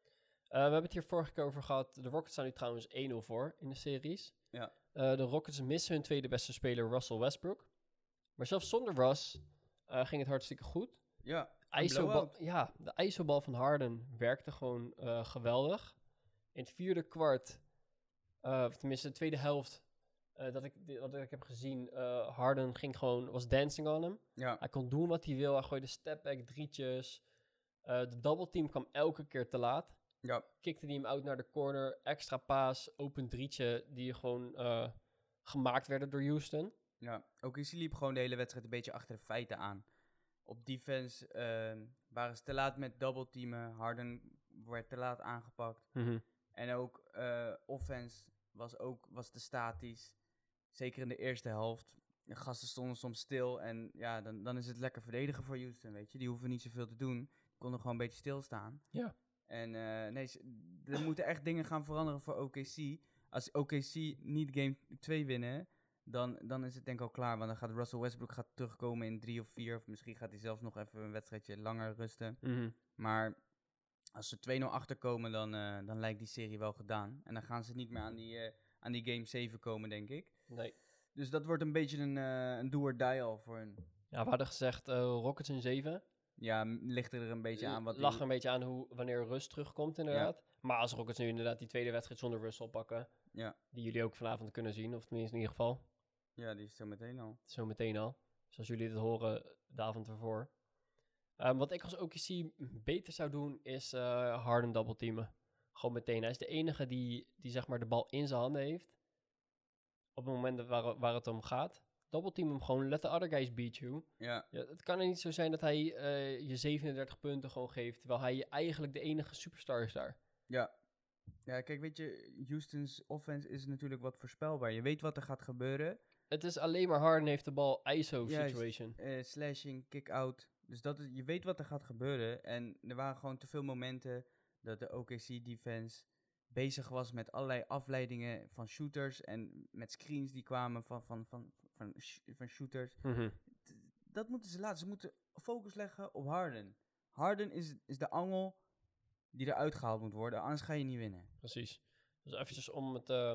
we hebben het hier vorige keer over gehad. De Rockets staan nu trouwens één nul voor in de series. Ja. Uh, de Rockets missen hun tweede beste speler, Russell Westbrook. Maar zelfs zonder Russ uh, ging het hartstikke goed. Ja, ISO-bal, ja, de I S O-bal van Harden werkte gewoon uh, geweldig. In het vierde kwart, uh, of tenminste de tweede helft, uh, dat ik, wat ik heb gezien, uh, Harden ging gewoon, was dancing on hem. Ja. Hij kon doen wat hij wil, hij gooide stepback, drietjes. Uh, de double team kwam elke keer te laat. Ja. Kikte hij hem out naar de corner, extra paas, open drietje, die gewoon uh, gemaakt werden door Houston. Ja, ook is liep gewoon de hele wedstrijd een beetje achter de feiten aan. Op defense uh, waren ze te laat met double teamen. Harden werd te laat aangepakt. Mm-hmm. En ook uh, offense was ook was te statisch. Zeker in de eerste helft. De gasten stonden soms stil. En ja, dan, dan is het lekker verdedigen voor Houston, weet je. Die hoeven niet zoveel te doen. Die konden gewoon een beetje stilstaan. Ja. En uh, nee, er moeten echt dingen gaan veranderen voor O K C. Als O K C niet game twee winnen, dan, dan is het denk ik al klaar. Want dan gaat Russell Westbrook gaat terugkomen in drie of vier. Of misschien gaat hij zelfs nog even een wedstrijdje langer rusten. Mm-hmm. Maar als ze twee nul achterkomen, dan, uh, dan lijkt die serie wel gedaan. En dan gaan ze niet meer aan die, uh, aan die game zeven komen, denk ik. Nee. Dus dat wordt een beetje een, uh, een do or die al voor hun. Ja, we hadden gezegd uh, Rockets in zeven. Ja, ligt er een beetje aan. Wat lag die... er een beetje aan hoe, wanneer Rust terugkomt, inderdaad. Ja. Maar als Rockets nu inderdaad die tweede wedstrijd zonder Rust oppakken, ja. die jullie ook vanavond kunnen zien, of tenminste in ieder geval. Ja, die is zo meteen al. Zo meteen al. Zoals jullie het horen de avond ervoor. Um, wat ik als O K C beter zou doen, is uh, Harden double teamen. Gewoon meteen. Hij is de enige die, die zeg maar de bal in zijn handen heeft. Op het moment waar, waar het om gaat. Double team hem gewoon, let the other guys beat you. Ja. Ja, het kan er niet zo zijn dat hij uh, je zevenendertig punten gewoon geeft, terwijl hij eigenlijk de enige superstar is daar. Ja. Ja, kijk, weet je, Houston's offense is natuurlijk wat voorspelbaar. Je weet wat er gaat gebeuren. Het is alleen maar Harden heeft de bal I S O situation. Uh, slashing, kick-out. Dus dat is, je weet wat er gaat gebeuren. En er waren gewoon te veel momenten dat de O K C defense bezig was met allerlei afleidingen van shooters en met screens die kwamen van, van, van, van, sh- van shooters. Mm-hmm. D- dat moeten ze laten. Ze moeten focus leggen op Harden. Harden is, is de angel die eruit gehaald moet worden, anders ga je niet winnen. Precies. Dus eventjes om het uh,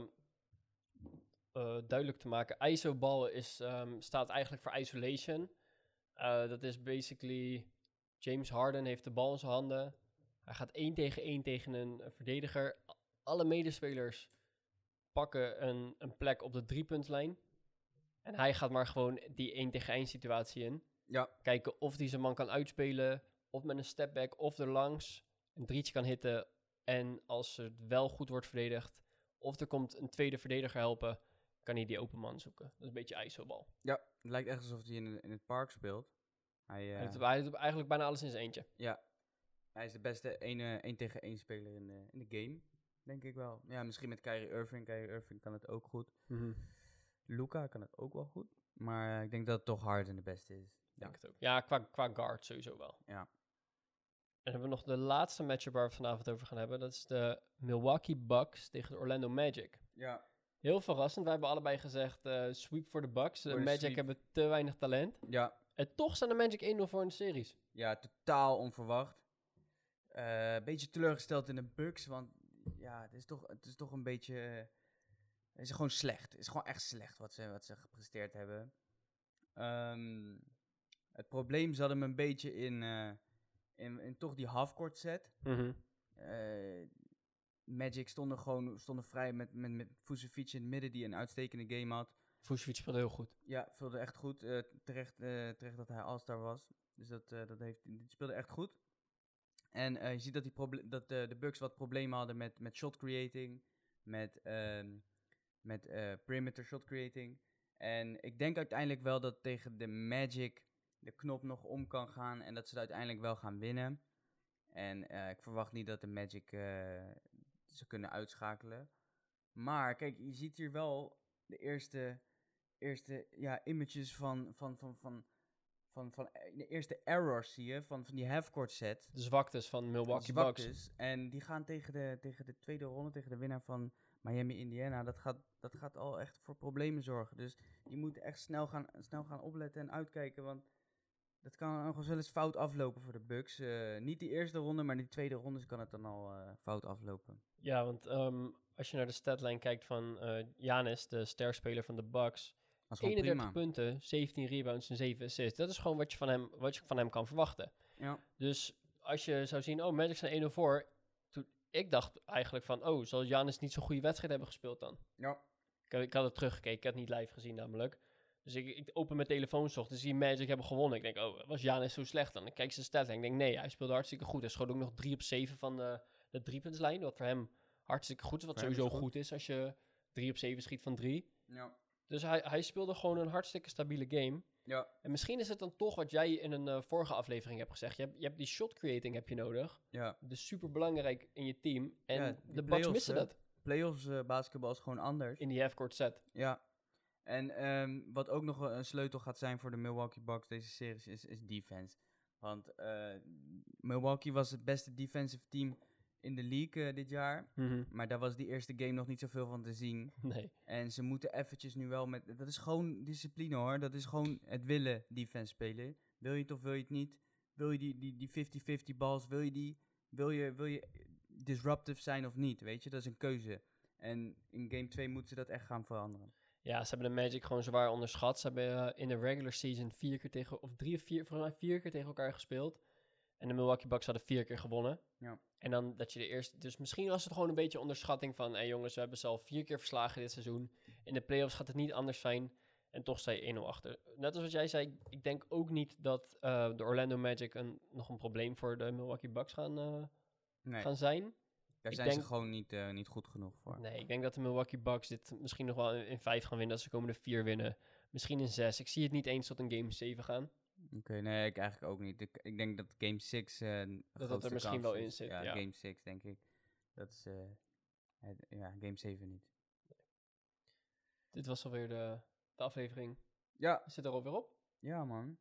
uh, duidelijk te maken. I S O-bal is, um, staat eigenlijk voor isolation. Uh, dat is basically, James Harden heeft de bal in zijn handen. Hij gaat één tegen één tegen een verdediger. Alle medespelers pakken een, een plek op de driepuntlijn. En hij gaat maar gewoon die één tegen één situatie in. Ja. Kijken of hij zijn man kan uitspelen. Of met een stepback of erlangs een drietje kan hitten. En als het wel goed wordt verdedigd, of er komt een tweede verdediger helpen, kan hij die open man zoeken. Dat is een beetje I S O-bal. Ja, het lijkt echt alsof hij in, in het park speelt. Hij, uh, hij, heeft, hij heeft eigenlijk bijna alles in zijn eentje. Ja, hij is de beste één tegen één speler in de, in de game, denk ik wel. Ja, misschien met Kyrie Irving. Kyrie Irving kan het ook goed. Mm-hmm. Luka kan het ook wel goed. Maar uh, ik denk dat het toch Harden de beste is. Ja, denk het ook. Ja, qua, qua guard sowieso wel. Ja. En dan hebben we nog de laatste matchup waar we het vanavond over gaan hebben. Dat is de Milwaukee Bucks tegen de Orlando Magic. Ja. Heel verrassend. Wij hebben allebei gezegd uh, sweep voor de Bucks. De, de Magic sweep. Hebben te weinig talent. Ja. En toch staan de Magic één nul voor in de series. Ja, totaal onverwacht. Een uh, beetje teleurgesteld in de Bucks, want ja, het is toch, het is toch een beetje... Uh, het is gewoon slecht. Het is gewoon echt slecht wat ze, wat ze gepresteerd hebben. Um, het probleem zat hem een beetje in, uh, in, in toch die halfcourt set. Mm-hmm. Uh, Magic stonden gewoon stonden vrij met, met, met Vucevic in het midden, die een uitstekende game had. Vucevic speelde heel goed. Ja, speelde echt goed. Uh, terecht, uh, terecht dat hij All-Star was. Dus dat, uh, dat heeft, die speelde echt goed. En uh, je ziet dat, die proble- dat uh, de Bucks wat problemen hadden met, met shot creating. Met, uh, met uh, perimeter shot creating. En ik denk uiteindelijk wel dat tegen de Magic de knop nog om kan gaan. En dat ze uiteindelijk wel gaan winnen. En uh, ik verwacht niet dat de Magic uh, ze kunnen uitschakelen. Maar kijk, je ziet hier wel de eerste, eerste ja, images van, van, van, van, van, van de eerste errors zie je, van, van die halfcourt set. De zwaktes van Milwaukee zwaktes. Bucks. En die gaan tegen de, tegen de tweede ronde, tegen de winnaar van Miami, Indiana. Dat gaat, dat gaat al echt voor problemen zorgen. Dus die moeten echt snel gaan, snel gaan opletten en uitkijken, want dat kan nog wel eens fout aflopen voor de Bucks. Uh, niet die eerste ronde, maar die tweede ronde kan het dan al uh, fout aflopen. Ja, want um, als je naar de statline kijkt van Giannis, uh, de sterspeler van de Bucks, eenendertig punten, zeventien rebounds en zeven assists. Dat is gewoon wat je van hem, wat je van hem kan verwachten. Ja. Dus als je zou zien, oh, Magic zijn één nul voor. Toen, ik dacht eigenlijk van, oh, zal Giannis niet zo'n goede wedstrijd hebben gespeeld dan? Ja. Ik, ik had het teruggekeken, ik had het niet live gezien namelijk. Dus ik, ik open mijn telefoon zocht, zie Magic hebben gewonnen. Ik denk, oh, was Giannis zo slecht dan? Ik kijk zijn statline, ik denk, nee, hij speelde hartstikke goed. Hij schoot ook nog drie op zeven van de, de driepuntslijn, wat voor hem hartstikke goed is. Wat voor sowieso is goed. goed is als je drie op zeven schiet van drie. Ja. Dus hij, hij speelde gewoon een hartstikke stabiele game. Ja. En misschien is het dan toch wat jij in een uh, vorige aflevering hebt gezegd. Je hebt, je hebt die shot creating heb je nodig. Ja. Dus super belangrijk in je team. En ja, de Bucks missen hè? dat. Playoffs uh, basketbal is gewoon anders. In die halfcourt set. Ja. En um, wat ook nog een sleutel gaat zijn voor de Milwaukee Bucks deze series is, is defense. Want uh, Milwaukee was het beste defensive team in de league uh, dit jaar. Mm-hmm. Maar daar was die eerste game nog niet zoveel van te zien. Nee. En ze moeten eventjes nu wel met... Dat is gewoon discipline hoor. Dat is gewoon het willen defense spelen. Wil je het of wil je het niet? Wil je die, die, die vijftig vijftig balls, wil je die... Wil je, wil je disruptive zijn of niet? Weet je, dat is een keuze. En in game twee moeten ze dat echt gaan veranderen. Ja, ze hebben de Magic gewoon zwaar onderschat. Ze hebben uh, in de regular season vier keer tegen... Of drie of vier, volgens mij vier keer tegen elkaar gespeeld. En de Milwaukee Bucks hadden vier keer gewonnen. Ja. En dan dat je de eerste... Dus misschien was het gewoon een beetje onderschatting van... Hé hey jongens, we hebben ze al vier keer verslagen dit seizoen. In de playoffs gaat het niet anders zijn. En toch sta je één nul achter. Net als wat jij zei, ik denk ook niet dat uh, de Orlando Magic een, nog een probleem voor de Milwaukee Bucks gaan, uh, nee. gaan zijn. Daar ik zijn denk, ze gewoon niet, uh, niet goed genoeg voor. Nee, ik denk dat de Milwaukee Bucks dit misschien nog wel in, in vijf gaan winnen. Dat ze komende vier winnen. Misschien in zes. Ik zie het niet eens tot een game zeven gaan. Oké, okay, nee, ik eigenlijk ook niet. Ik, ik denk dat game zes uh, dat dat er misschien wel in zit, ja, ja. game zes denk ik. Dat is, uh, het, ja, game zeven niet. Nee. Dit was alweer de, de aflevering. Ja. Zit er alweer op? Ja, man.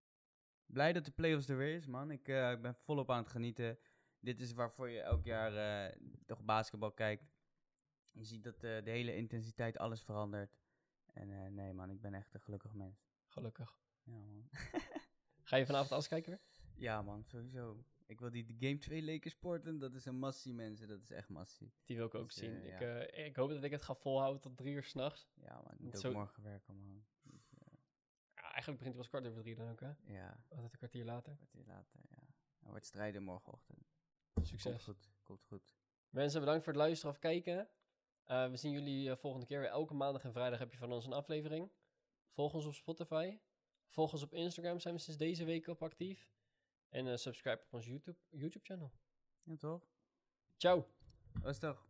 Blij dat de playoffs er weer is, man. Ik, uh, ik ben volop aan het genieten. Dit is waarvoor je elk jaar uh, toch basketbal kijkt. Je ziet dat uh, de hele intensiteit alles verandert. En uh, nee, man, ik ben echt een gelukkig mens. Gelukkig. Ja, man. Ga je vanavond alles kijken weer? Ja, man, sowieso. Ik wil die, die game twee Lakers sporten. Dat is een massie, mensen. Dat is echt massie. Die wil ik ook dus, zien. Uh, ik, ja. uh, ik hoop dat ik het ga volhouden tot drie uur s'nachts. Ja, man. Ik moet ook zo... morgen werken, man. Dus, uh... ja, eigenlijk begint het pas kwart over drie dan ook, hè? Ja. Altijd een kwartier later. Een kwartier later, ja. Er wordt strijden morgenochtend. Succes. Komt goed, komt goed. Mensen, bedankt voor het luisteren of kijken. Uh, we zien jullie uh, volgende keer weer. Elke maandag en vrijdag heb je van ons een aflevering. Volg ons op Spotify. Volg ons op Instagram, zijn we sinds deze week op actief. En uh, subscribe op ons YouTube, YouTube channel. Ja, toch? Ciao. Was toch?